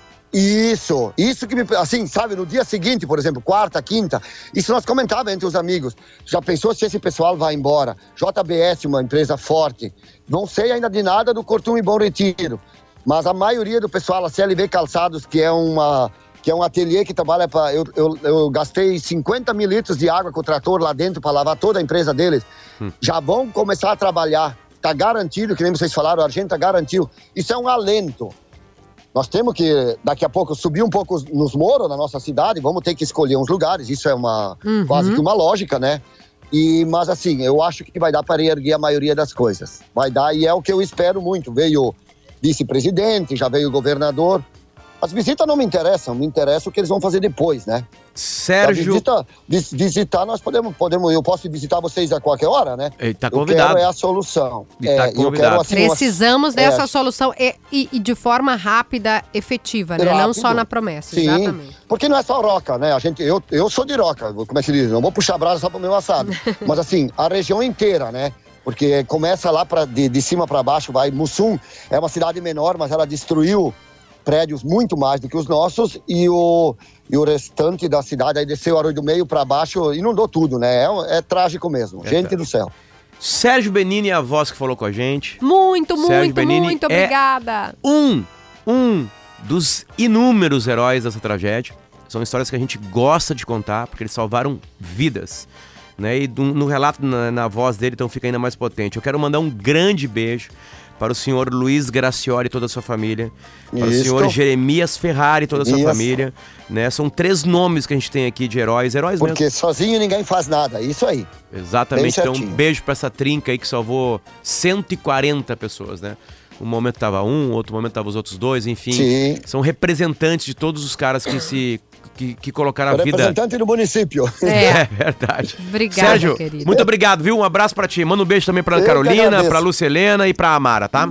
Speaker 4: isso. Isso que me... Assim, sabe, no dia seguinte, por exemplo, quarta, quinta, isso nós comentávamos entre os amigos. Já pensou se esse pessoal vai embora? J B S, uma empresa forte. Não sei ainda de nada do Cortum e Bom Retiro. Mas a maioria do pessoal, a C L V Calçados, que é uma... que é um ateliê que trabalha para... Eu, eu, eu gastei cinquenta mil litros de água com o trator lá dentro para lavar toda a empresa deles. Hum. Já vão começar a trabalhar. Está garantido, que nem vocês falaram, a Argenta garantiu. Isso é um alento. Nós temos que, daqui a pouco, subir um pouco nos morros na nossa cidade, vamos ter que escolher uns lugares. Isso é uma
Speaker 3: Uhum.
Speaker 4: quase que uma lógica, né? E, mas assim, eu acho que vai dar para reerguer a maioria das coisas. Vai dar, e é o que eu espero muito. Veio vice-presidente, já veio o governador. As visitas não me interessam, me interessa o que eles vão fazer depois, né?
Speaker 2: Sérgio...
Speaker 4: Visita, vis, visitar, nós podemos, podemos, eu posso visitar vocês a qualquer hora, né?
Speaker 2: Ele tá
Speaker 4: Eu
Speaker 2: convidado.
Speaker 4: quero é a solução.
Speaker 2: Ele
Speaker 4: é,
Speaker 2: tá
Speaker 4: eu
Speaker 2: convidado.
Speaker 4: quero, assim,
Speaker 3: Precisamos
Speaker 4: uma-
Speaker 3: dessa
Speaker 4: é,
Speaker 3: solução e, e- e de forma rápida, efetiva, né? Não
Speaker 4: Rápido.
Speaker 3: só na promessa,
Speaker 4: Sim,
Speaker 3: exatamente.
Speaker 4: porque não é só Roca, né? A gente, eu, eu sou de Roca, como é que se diz? Não vou puxar brasa só pro meu assado. Mas assim, a região inteira, né? Porque começa lá pra, de, de cima para baixo, vai. Mussum é uma cidade menor, mas ela destruiu prédios muito mais do que os nossos, e o, e o restante da cidade aí desceu Arroio do Meio para baixo, inundou tudo, né? É, é trágico mesmo,
Speaker 2: É
Speaker 4: gente
Speaker 2: trágico.
Speaker 4: do céu.
Speaker 2: Sérgio Benini é a voz que falou com a gente.
Speaker 3: Muito,
Speaker 2: Sérgio
Speaker 3: muito,
Speaker 2: Benini
Speaker 3: muito
Speaker 2: é-
Speaker 3: obrigada.
Speaker 2: Um, um dos inúmeros heróis dessa tragédia. São histórias que a gente gosta de contar, porque eles salvaram vidas. Né? E no, no relato, na, na voz dele, então fica ainda mais potente. Eu quero mandar um grande beijo para o senhor Luiz Gracioli e toda a sua família, para
Speaker 4: Isso.
Speaker 2: o senhor Jeremias Ferrari e toda a sua
Speaker 4: Isso.
Speaker 2: família, né? São três nomes que a gente tem aqui de heróis, heróis mesmo.
Speaker 4: Porque sozinho ninguém faz nada, isso aí.
Speaker 2: Exatamente,
Speaker 4: Bem
Speaker 2: então um
Speaker 4: certinho.
Speaker 2: beijo para essa trinca aí que salvou cento e quarenta pessoas, né? Um momento tava um, outro momento tava os outros dois, enfim.
Speaker 4: Sim.
Speaker 2: São representantes de todos os caras que se que, que colocaram a vida.
Speaker 4: Representante do município.
Speaker 3: É,
Speaker 2: É verdade.
Speaker 3: Obrigada,
Speaker 2: Sérgio,
Speaker 3: querido.
Speaker 2: muito obrigado, viu? Um abraço pra ti. Manda um beijo também pra
Speaker 4: Eu que
Speaker 2: Carolina,
Speaker 4: agradeço.
Speaker 2: pra Lúcia Helena e pra Amara, tá?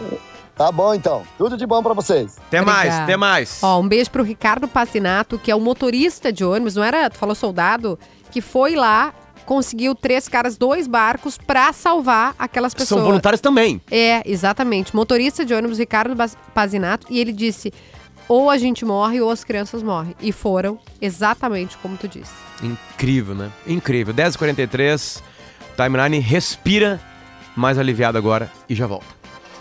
Speaker 4: Tá bom, então. Tudo de bom pra vocês.
Speaker 2: Até mais,
Speaker 3: Obrigada.
Speaker 2: até mais.
Speaker 3: Ó, um beijo pro Ricardo Pazinato, que é o motorista de ônibus, não era, tu falou soldado, que foi lá, conseguiu três caras, dois barcos pra salvar aquelas pessoas.
Speaker 2: São voluntários também.
Speaker 3: É, exatamente. Motorista de ônibus, Ricardo Bas- Pazinato, e ele disse, ou a gente morre ou as crianças morrem. E foram exatamente como tu disse.
Speaker 2: Incrível, né? Incrível. dez e quarenta e três, Timeline respira mais aliviado agora e já volto.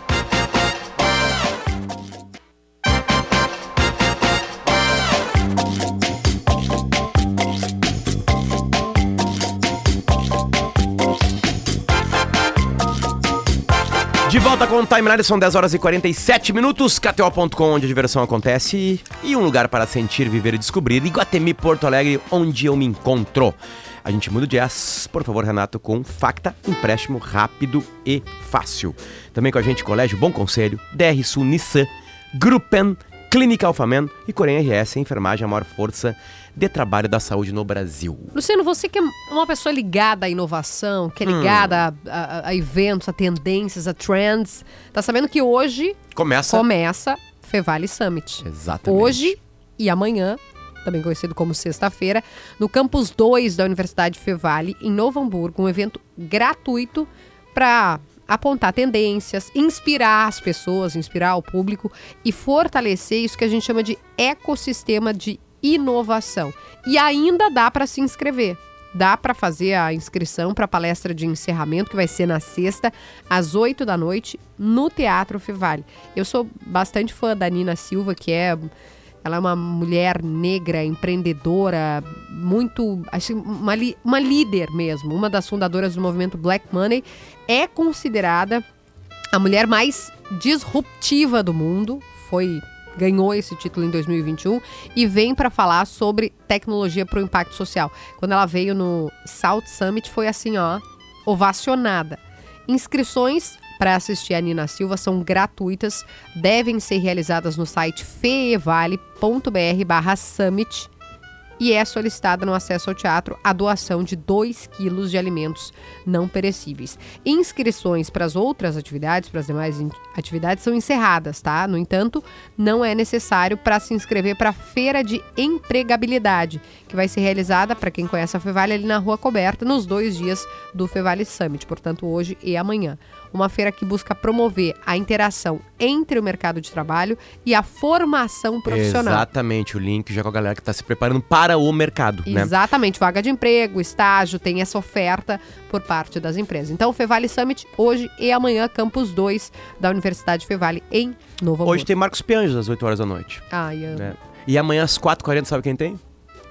Speaker 2: De volta com o Timeline, são dez horas e quarenta e sete minutos, K T O ponto com, onde a diversão acontece e um lugar para sentir, viver e descobrir. Iguatemi, Porto Alegre, onde eu me encontro. A gente muda de as, por favor, Renato, com Facta, empréstimo rápido e fácil. Também com a gente, Colégio Bom Conselho, D R Sul Nissan, Gruppen, Clínica Alfaman e Corém R S, enfermagem, a maior força de trabalho da saúde no Brasil.
Speaker 3: Luciano, você que é uma pessoa ligada à inovação, que é ligada hum. a, a, a eventos, a tendências, a trends, tá sabendo que hoje
Speaker 2: começa,
Speaker 3: começa Fevale Summit.
Speaker 2: Exatamente.
Speaker 3: Hoje e amanhã, também conhecido como sexta-feira, no Campus dois da Universidade Fevale, em Novo Hamburgo, um evento gratuito para apontar tendências, inspirar as pessoas, inspirar o público e fortalecer isso que a gente chama de ecossistema de inovação. E ainda dá para se inscrever. Dá para fazer a inscrição para a palestra de encerramento, que vai ser na sexta, às oito da noite, no Teatro Fevale. Eu sou bastante fã da Nina Silva, que é... Ela é uma mulher negra, empreendedora, muito... Assim, uma, li, uma líder mesmo. Uma das fundadoras do movimento Black Money. É considerada a mulher mais disruptiva do mundo. Foi... Ganhou esse título em dois mil e vinte e um e vem para falar sobre tecnologia para o impacto social. Quando ela veio no South Summit, foi assim, ó, ovacionada. Inscrições para assistir a Nina Silva são gratuitas, devem ser realizadas no site fevale ponto br barra summit e é solicitada no acesso ao teatro a doação de dois quilos de alimentos não perecíveis. Inscrições para as outras atividades, para as demais atividades, são encerradas, tá? No entanto, não é necessário para se inscrever para a Feira de Empregabilidade, que vai ser realizada, para quem conhece a Fevale, ali na Rua Coberta, nos dois dias do Fevale Summit, portanto, hoje e amanhã. Uma feira que busca promover a interação entre o mercado de trabalho e a formação profissional.
Speaker 2: Exatamente, o link já com a galera que está se preparando para o mercado, né?
Speaker 3: Exatamente, vaga de emprego, estágio, tem essa oferta por parte das empresas. Então, o Fevale Summit, hoje e amanhã, Campus dois da Universidade Fevale, em Novo Hamburgo.
Speaker 2: Hoje tem Marcos Pianges, às oito horas da noite.
Speaker 3: Ai, amo.
Speaker 2: É. E amanhã, às quatro e quarenta, sabe quem tem?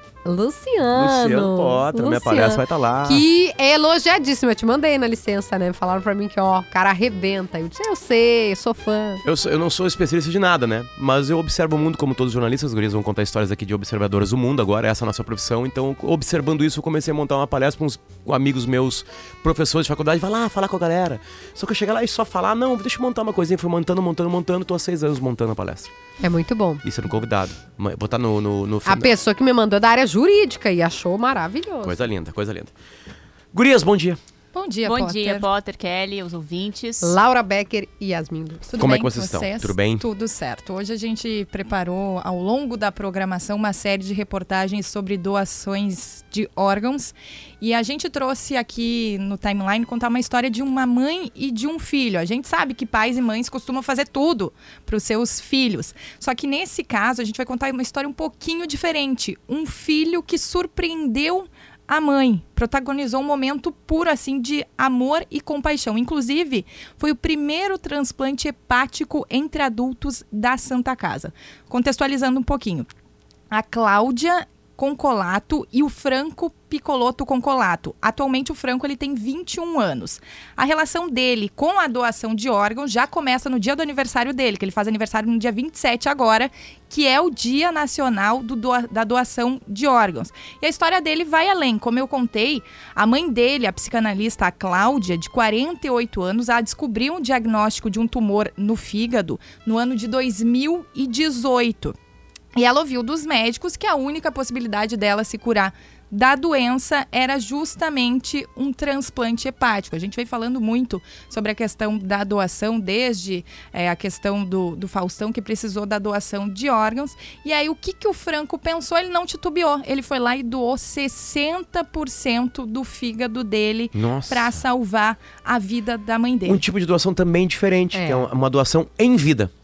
Speaker 3: Luciano.
Speaker 2: Luciano Potter, minha palestra vai estar lá.
Speaker 3: Que é elogiadíssimo, eu te mandei na licença, né? Falaram pra mim que, ó, o cara arrebenta. Eu disse, eu sei, eu sou fã.
Speaker 2: Eu, sou, eu não sou especialista de nada, né? Mas eu observo o mundo como todos os jornalistas. Os guris vão contar histórias aqui de observadoras do mundo agora, essa é a nossa profissão. Então, observando isso, eu comecei a montar uma palestra com uns amigos meus, professores de faculdade. Vai lá, falar com a galera. Só que eu cheguei lá e só falar, não, deixa eu montar uma coisinha. Fui montando, montando, montando. Tô há seis anos montando a palestra.
Speaker 3: É muito bom.
Speaker 2: E sendo convidado. Vou estar no, no, no...
Speaker 3: A pessoa que me mandou é da área jurídica e achou maravilhoso.
Speaker 2: Coisa linda, coisa linda. Gurias, bom dia.
Speaker 7: Bom dia,
Speaker 8: Bom
Speaker 7: Potter.
Speaker 8: dia, Potter, Kelly, os ouvintes.
Speaker 3: Laura Becker e Yasmin Luz.
Speaker 7: Tudo
Speaker 2: Como
Speaker 7: bem
Speaker 2: é que vocês,
Speaker 7: vocês
Speaker 2: estão? Tudo bem?
Speaker 7: Tudo certo. Hoje a gente preparou, ao longo da programação, uma série de reportagens sobre doações de órgãos. E a gente trouxe aqui no Timeline contar uma história de uma mãe e de um filho. A gente sabe que pais e mães costumam fazer tudo para os seus filhos. Só que nesse caso, a gente vai contar uma história um pouquinho diferente. Um filho que surpreendeu a mãe, protagonizou um momento puro assim de amor e compaixão. Inclusive, foi o primeiro transplante hepático entre adultos da Santa Casa. Contextualizando um pouquinho. A Cláudia Concolato e o Franco Piccolotto Concolato. Atualmente o Franco ele tem vinte e um anos. A relação dele com a doação de órgãos já começa no dia do aniversário dele, que ele faz aniversário no dia vinte e sete agora, que é o Dia Nacional do doa- da Doação de Órgãos. E a história dele vai além. Como eu contei, a mãe dele, a psicanalista a Cláudia, de quarenta e oito anos, ela descobriu um diagnóstico de um tumor no fígado no ano de dois mil e dezoito. E ela ouviu dos médicos que a única possibilidade dela se curar da doença era justamente um transplante hepático. A gente vem falando muito sobre a questão da doação, desde é, a questão do, do Faustão, que precisou da doação de órgãos. E aí, o que, que o Franco pensou? Ele não titubeou. Ele foi lá e doou sessenta por cento do fígado dele para salvar a vida da mãe dele.
Speaker 2: Um tipo de doação também diferente,
Speaker 3: É.
Speaker 2: que é uma doação em vida.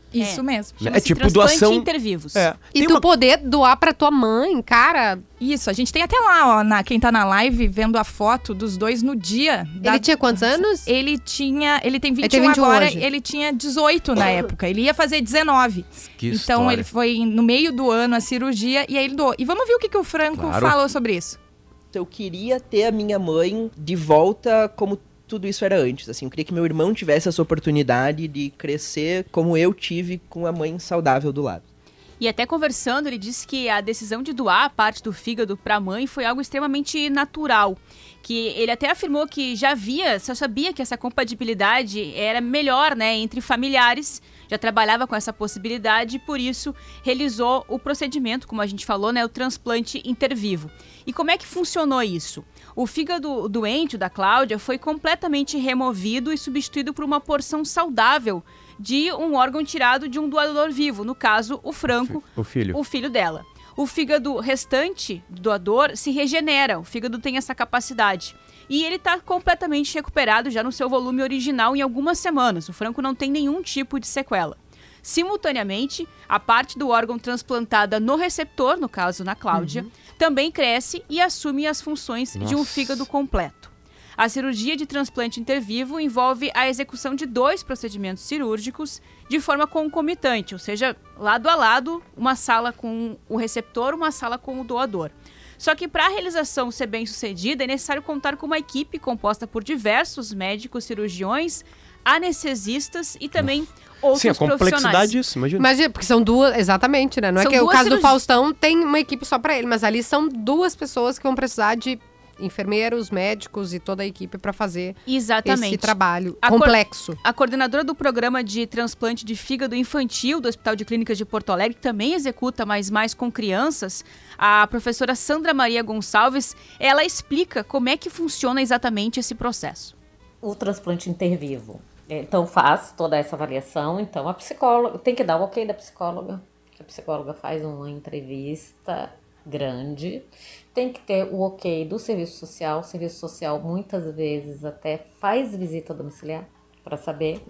Speaker 7: Isso
Speaker 8: É.
Speaker 7: mesmo.
Speaker 2: É
Speaker 8: Chama-se
Speaker 2: tipo
Speaker 8: transplante
Speaker 2: doação.
Speaker 8: intervivos.
Speaker 2: É.
Speaker 3: E
Speaker 2: Tem
Speaker 3: tu
Speaker 2: uma-
Speaker 3: poder doar pra tua mãe, cara.
Speaker 7: Isso, a gente tem até lá, ó, na, quem tá na live vendo a foto dos dois no dia. da-
Speaker 3: Ele tinha quantos anos?
Speaker 7: Ele tinha. Ele tem vinte e um,
Speaker 3: tem vinte e um
Speaker 7: agora,
Speaker 3: hoje.
Speaker 7: ele tinha dezoito na época. Ele ia fazer dezenove.
Speaker 2: Que
Speaker 7: então
Speaker 2: história.
Speaker 7: ele foi no meio do ano a cirurgia e aí ele doou. E vamos ver o que, que o Franco
Speaker 2: Claro.
Speaker 7: falou sobre isso.
Speaker 9: Eu queria ter a minha mãe de volta como tudo isso era antes, assim. Eu queria que meu irmão tivesse essa oportunidade de crescer como eu tive com a mãe saudável do lado.
Speaker 8: E até conversando, ele disse que a decisão de doar a parte do fígado para a mãe foi algo extremamente natural. Que ele até afirmou que já via, só sabia que essa compatibilidade era melhor, né, entre familiares. Já trabalhava com essa possibilidade e, por isso, realizou o procedimento, como a gente falou, né, o transplante intervivo. E como é que funcionou isso? O fígado doente da Cláudia foi completamente removido e substituído por uma porção saudável de um órgão tirado de um doador vivo, no caso, o Franco,
Speaker 2: O filho.
Speaker 8: o filho dela. O fígado restante do doador se regenera, o fígado tem essa capacidade. E ele está completamente recuperado já no seu volume original em algumas semanas. O Franco não tem nenhum tipo de sequela. Simultaneamente, a parte do órgão transplantada no receptor, no caso na Cláudia,
Speaker 3: Uhum.
Speaker 8: também cresce e assume as funções de um
Speaker 2: Nossa.
Speaker 8: fígado completo. A cirurgia de transplante intervivo envolve a execução de dois procedimentos cirúrgicos de forma concomitante, ou seja, lado a lado, uma sala com o receptor, uma sala com o doador. Só que para a realização ser bem sucedida, é necessário contar com uma equipe composta por diversos médicos, cirurgiões, anestesistas e também outros
Speaker 2: Sim, a
Speaker 8: profissionais.
Speaker 2: complexidade disso, imagina.
Speaker 3: Imagina, porque são duas, exatamente, né? Não
Speaker 8: São
Speaker 3: é que o
Speaker 8: duas
Speaker 3: caso do
Speaker 8: cirurgi-
Speaker 3: Faustão tem uma equipe só pra ele, mas ali são duas pessoas que vão precisar de enfermeiros, médicos e toda a equipe pra fazer
Speaker 8: Exatamente.
Speaker 3: esse trabalho
Speaker 8: A cor-
Speaker 3: complexo.
Speaker 8: A coordenadora do programa de transplante de fígado infantil do Hospital de Clínicas de Porto Alegre, que também executa, mas mais com crianças, a professora Sandra Maria Gonçalves, ela explica como é que funciona exatamente esse processo.
Speaker 10: O transplante intervivo. Então faz toda essa avaliação, então a psicóloga tem que dar o ok da psicóloga, a psicóloga faz uma entrevista grande, tem que ter o ok do serviço social, o serviço social muitas vezes até faz visita domiciliar para saber,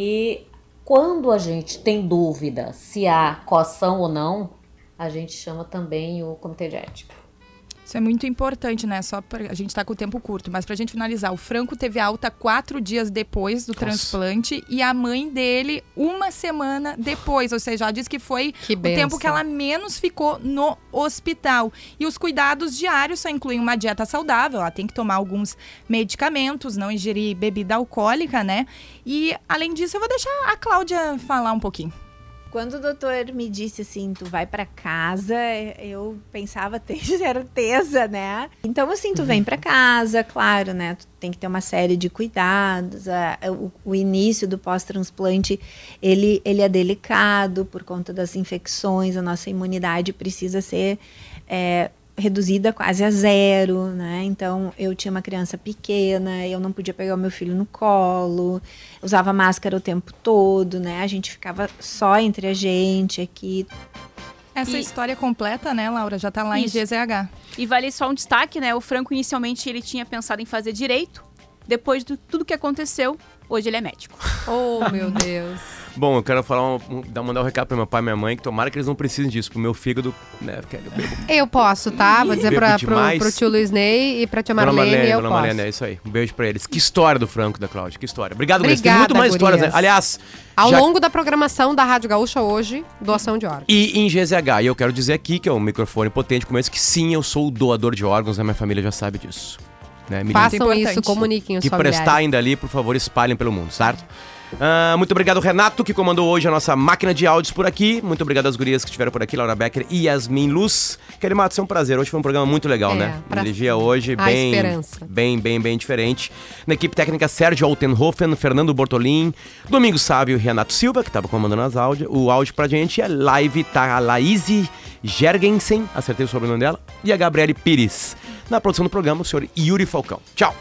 Speaker 10: e quando a gente tem dúvida se há coação ou não, a gente chama também o comitê de ética.
Speaker 7: Isso é muito importante, né? Só pra, a gente tá com o tempo curto, mas pra gente finalizar, o Franco teve alta quatro dias depois do
Speaker 2: Nossa.
Speaker 7: transplante e a mãe dele uma semana depois, ou seja, ela disse que foi
Speaker 3: Que
Speaker 7: o
Speaker 3: bênção.
Speaker 7: tempo que ela menos ficou no hospital. E os cuidados diários só incluem uma dieta saudável, ela tem que tomar alguns medicamentos, não ingerir bebida alcoólica, né? E, além disso, eu vou deixar a Cláudia falar um pouquinho.
Speaker 11: Quando o doutor me disse assim, tu vai pra casa, eu pensava ter certeza, né? Então, assim, tu vem pra casa, claro, né? Tu tem que ter uma série de cuidados. A, o, o início do pós-transplante, ele, ele é delicado por conta das infecções. A nossa imunidade precisa ser é, reduzida quase a zero, né? Então, eu tinha uma criança pequena, eu não podia pegar o meu filho no colo, usava máscara o tempo todo, né? A gente ficava só entre a gente aqui.
Speaker 7: Essa
Speaker 8: E-
Speaker 7: história completa, né, Laura, já tá lá
Speaker 8: Isso.
Speaker 7: em G Z H.
Speaker 8: E vale só um destaque, né? O Franco, inicialmente, ele tinha pensado em fazer direito. Depois de tudo que aconteceu, hoje ele é médico.
Speaker 3: Oh, meu Deus.
Speaker 2: Bom, eu quero falar, um, dar- mandar um recado pro meu pai e minha mãe, que tomara que eles não precisem disso, pro meu fígado, né, porque eu bebo.
Speaker 3: Eu posso, tá? Vou dizer
Speaker 2: Bebo
Speaker 3: pra, pro,
Speaker 2: demais.
Speaker 3: pro tio Luiz Ney e pra tia
Speaker 2: Dona
Speaker 3: Marlene,
Speaker 2: Marlene,
Speaker 3: eu
Speaker 2: Dona
Speaker 3: posso.
Speaker 2: Marlene, é isso aí. Um beijo pra eles. Que história do Franco e da Cláudia, que história. Obrigado, Gurias. Tem
Speaker 3: Obrigada,
Speaker 2: muito mais histórias, né?
Speaker 3: gurias.
Speaker 2: Aliás,
Speaker 3: Ao
Speaker 2: já-
Speaker 3: longo da programação da Rádio Gaúcha hoje, doação de órgãos.
Speaker 2: E em G Z H, e eu quero dizer aqui, que é um microfone potente como esse, que sim, eu sou o doador de órgãos, a minha família já sabe disso. Né? Me
Speaker 3: Façam
Speaker 7: importante.
Speaker 3: isso, comuniquem os
Speaker 2: que
Speaker 3: familiares.
Speaker 2: prestar ainda ali, por favor, espalhem pelo mundo, certo? Ah, muito obrigado, Renato, que comandou hoje a nossa máquina de áudios por aqui. Muito obrigado às gurias que estiveram por aqui, Laura Becker e Yasmin Luz. Kelly Matos, é um prazer. Hoje foi um programa muito legal,
Speaker 3: É,
Speaker 2: né?
Speaker 3: pra-
Speaker 2: Energia hoje
Speaker 3: a
Speaker 2: bem,
Speaker 3: esperança.
Speaker 2: bem, bem, bem diferente. Na equipe técnica, Sérgio Altenhofen, Fernando Bortolin, Domingos Sávio e Renato Silva, que estava comandando as áudio, o áudio pra gente. E a live tá a Laís Jergensen, acertei o sobrenome dela, e a Gabriele Pires. Na produção do programa, o senhor Yuri Falcão. Tchau!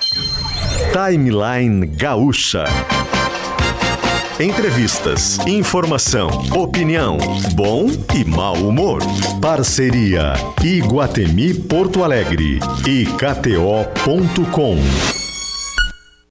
Speaker 1: Timeline Gaúcha. Entrevistas, informação, opinião, bom e mau humor. Parceria Iguatemi Porto Alegre e K T O ponto com.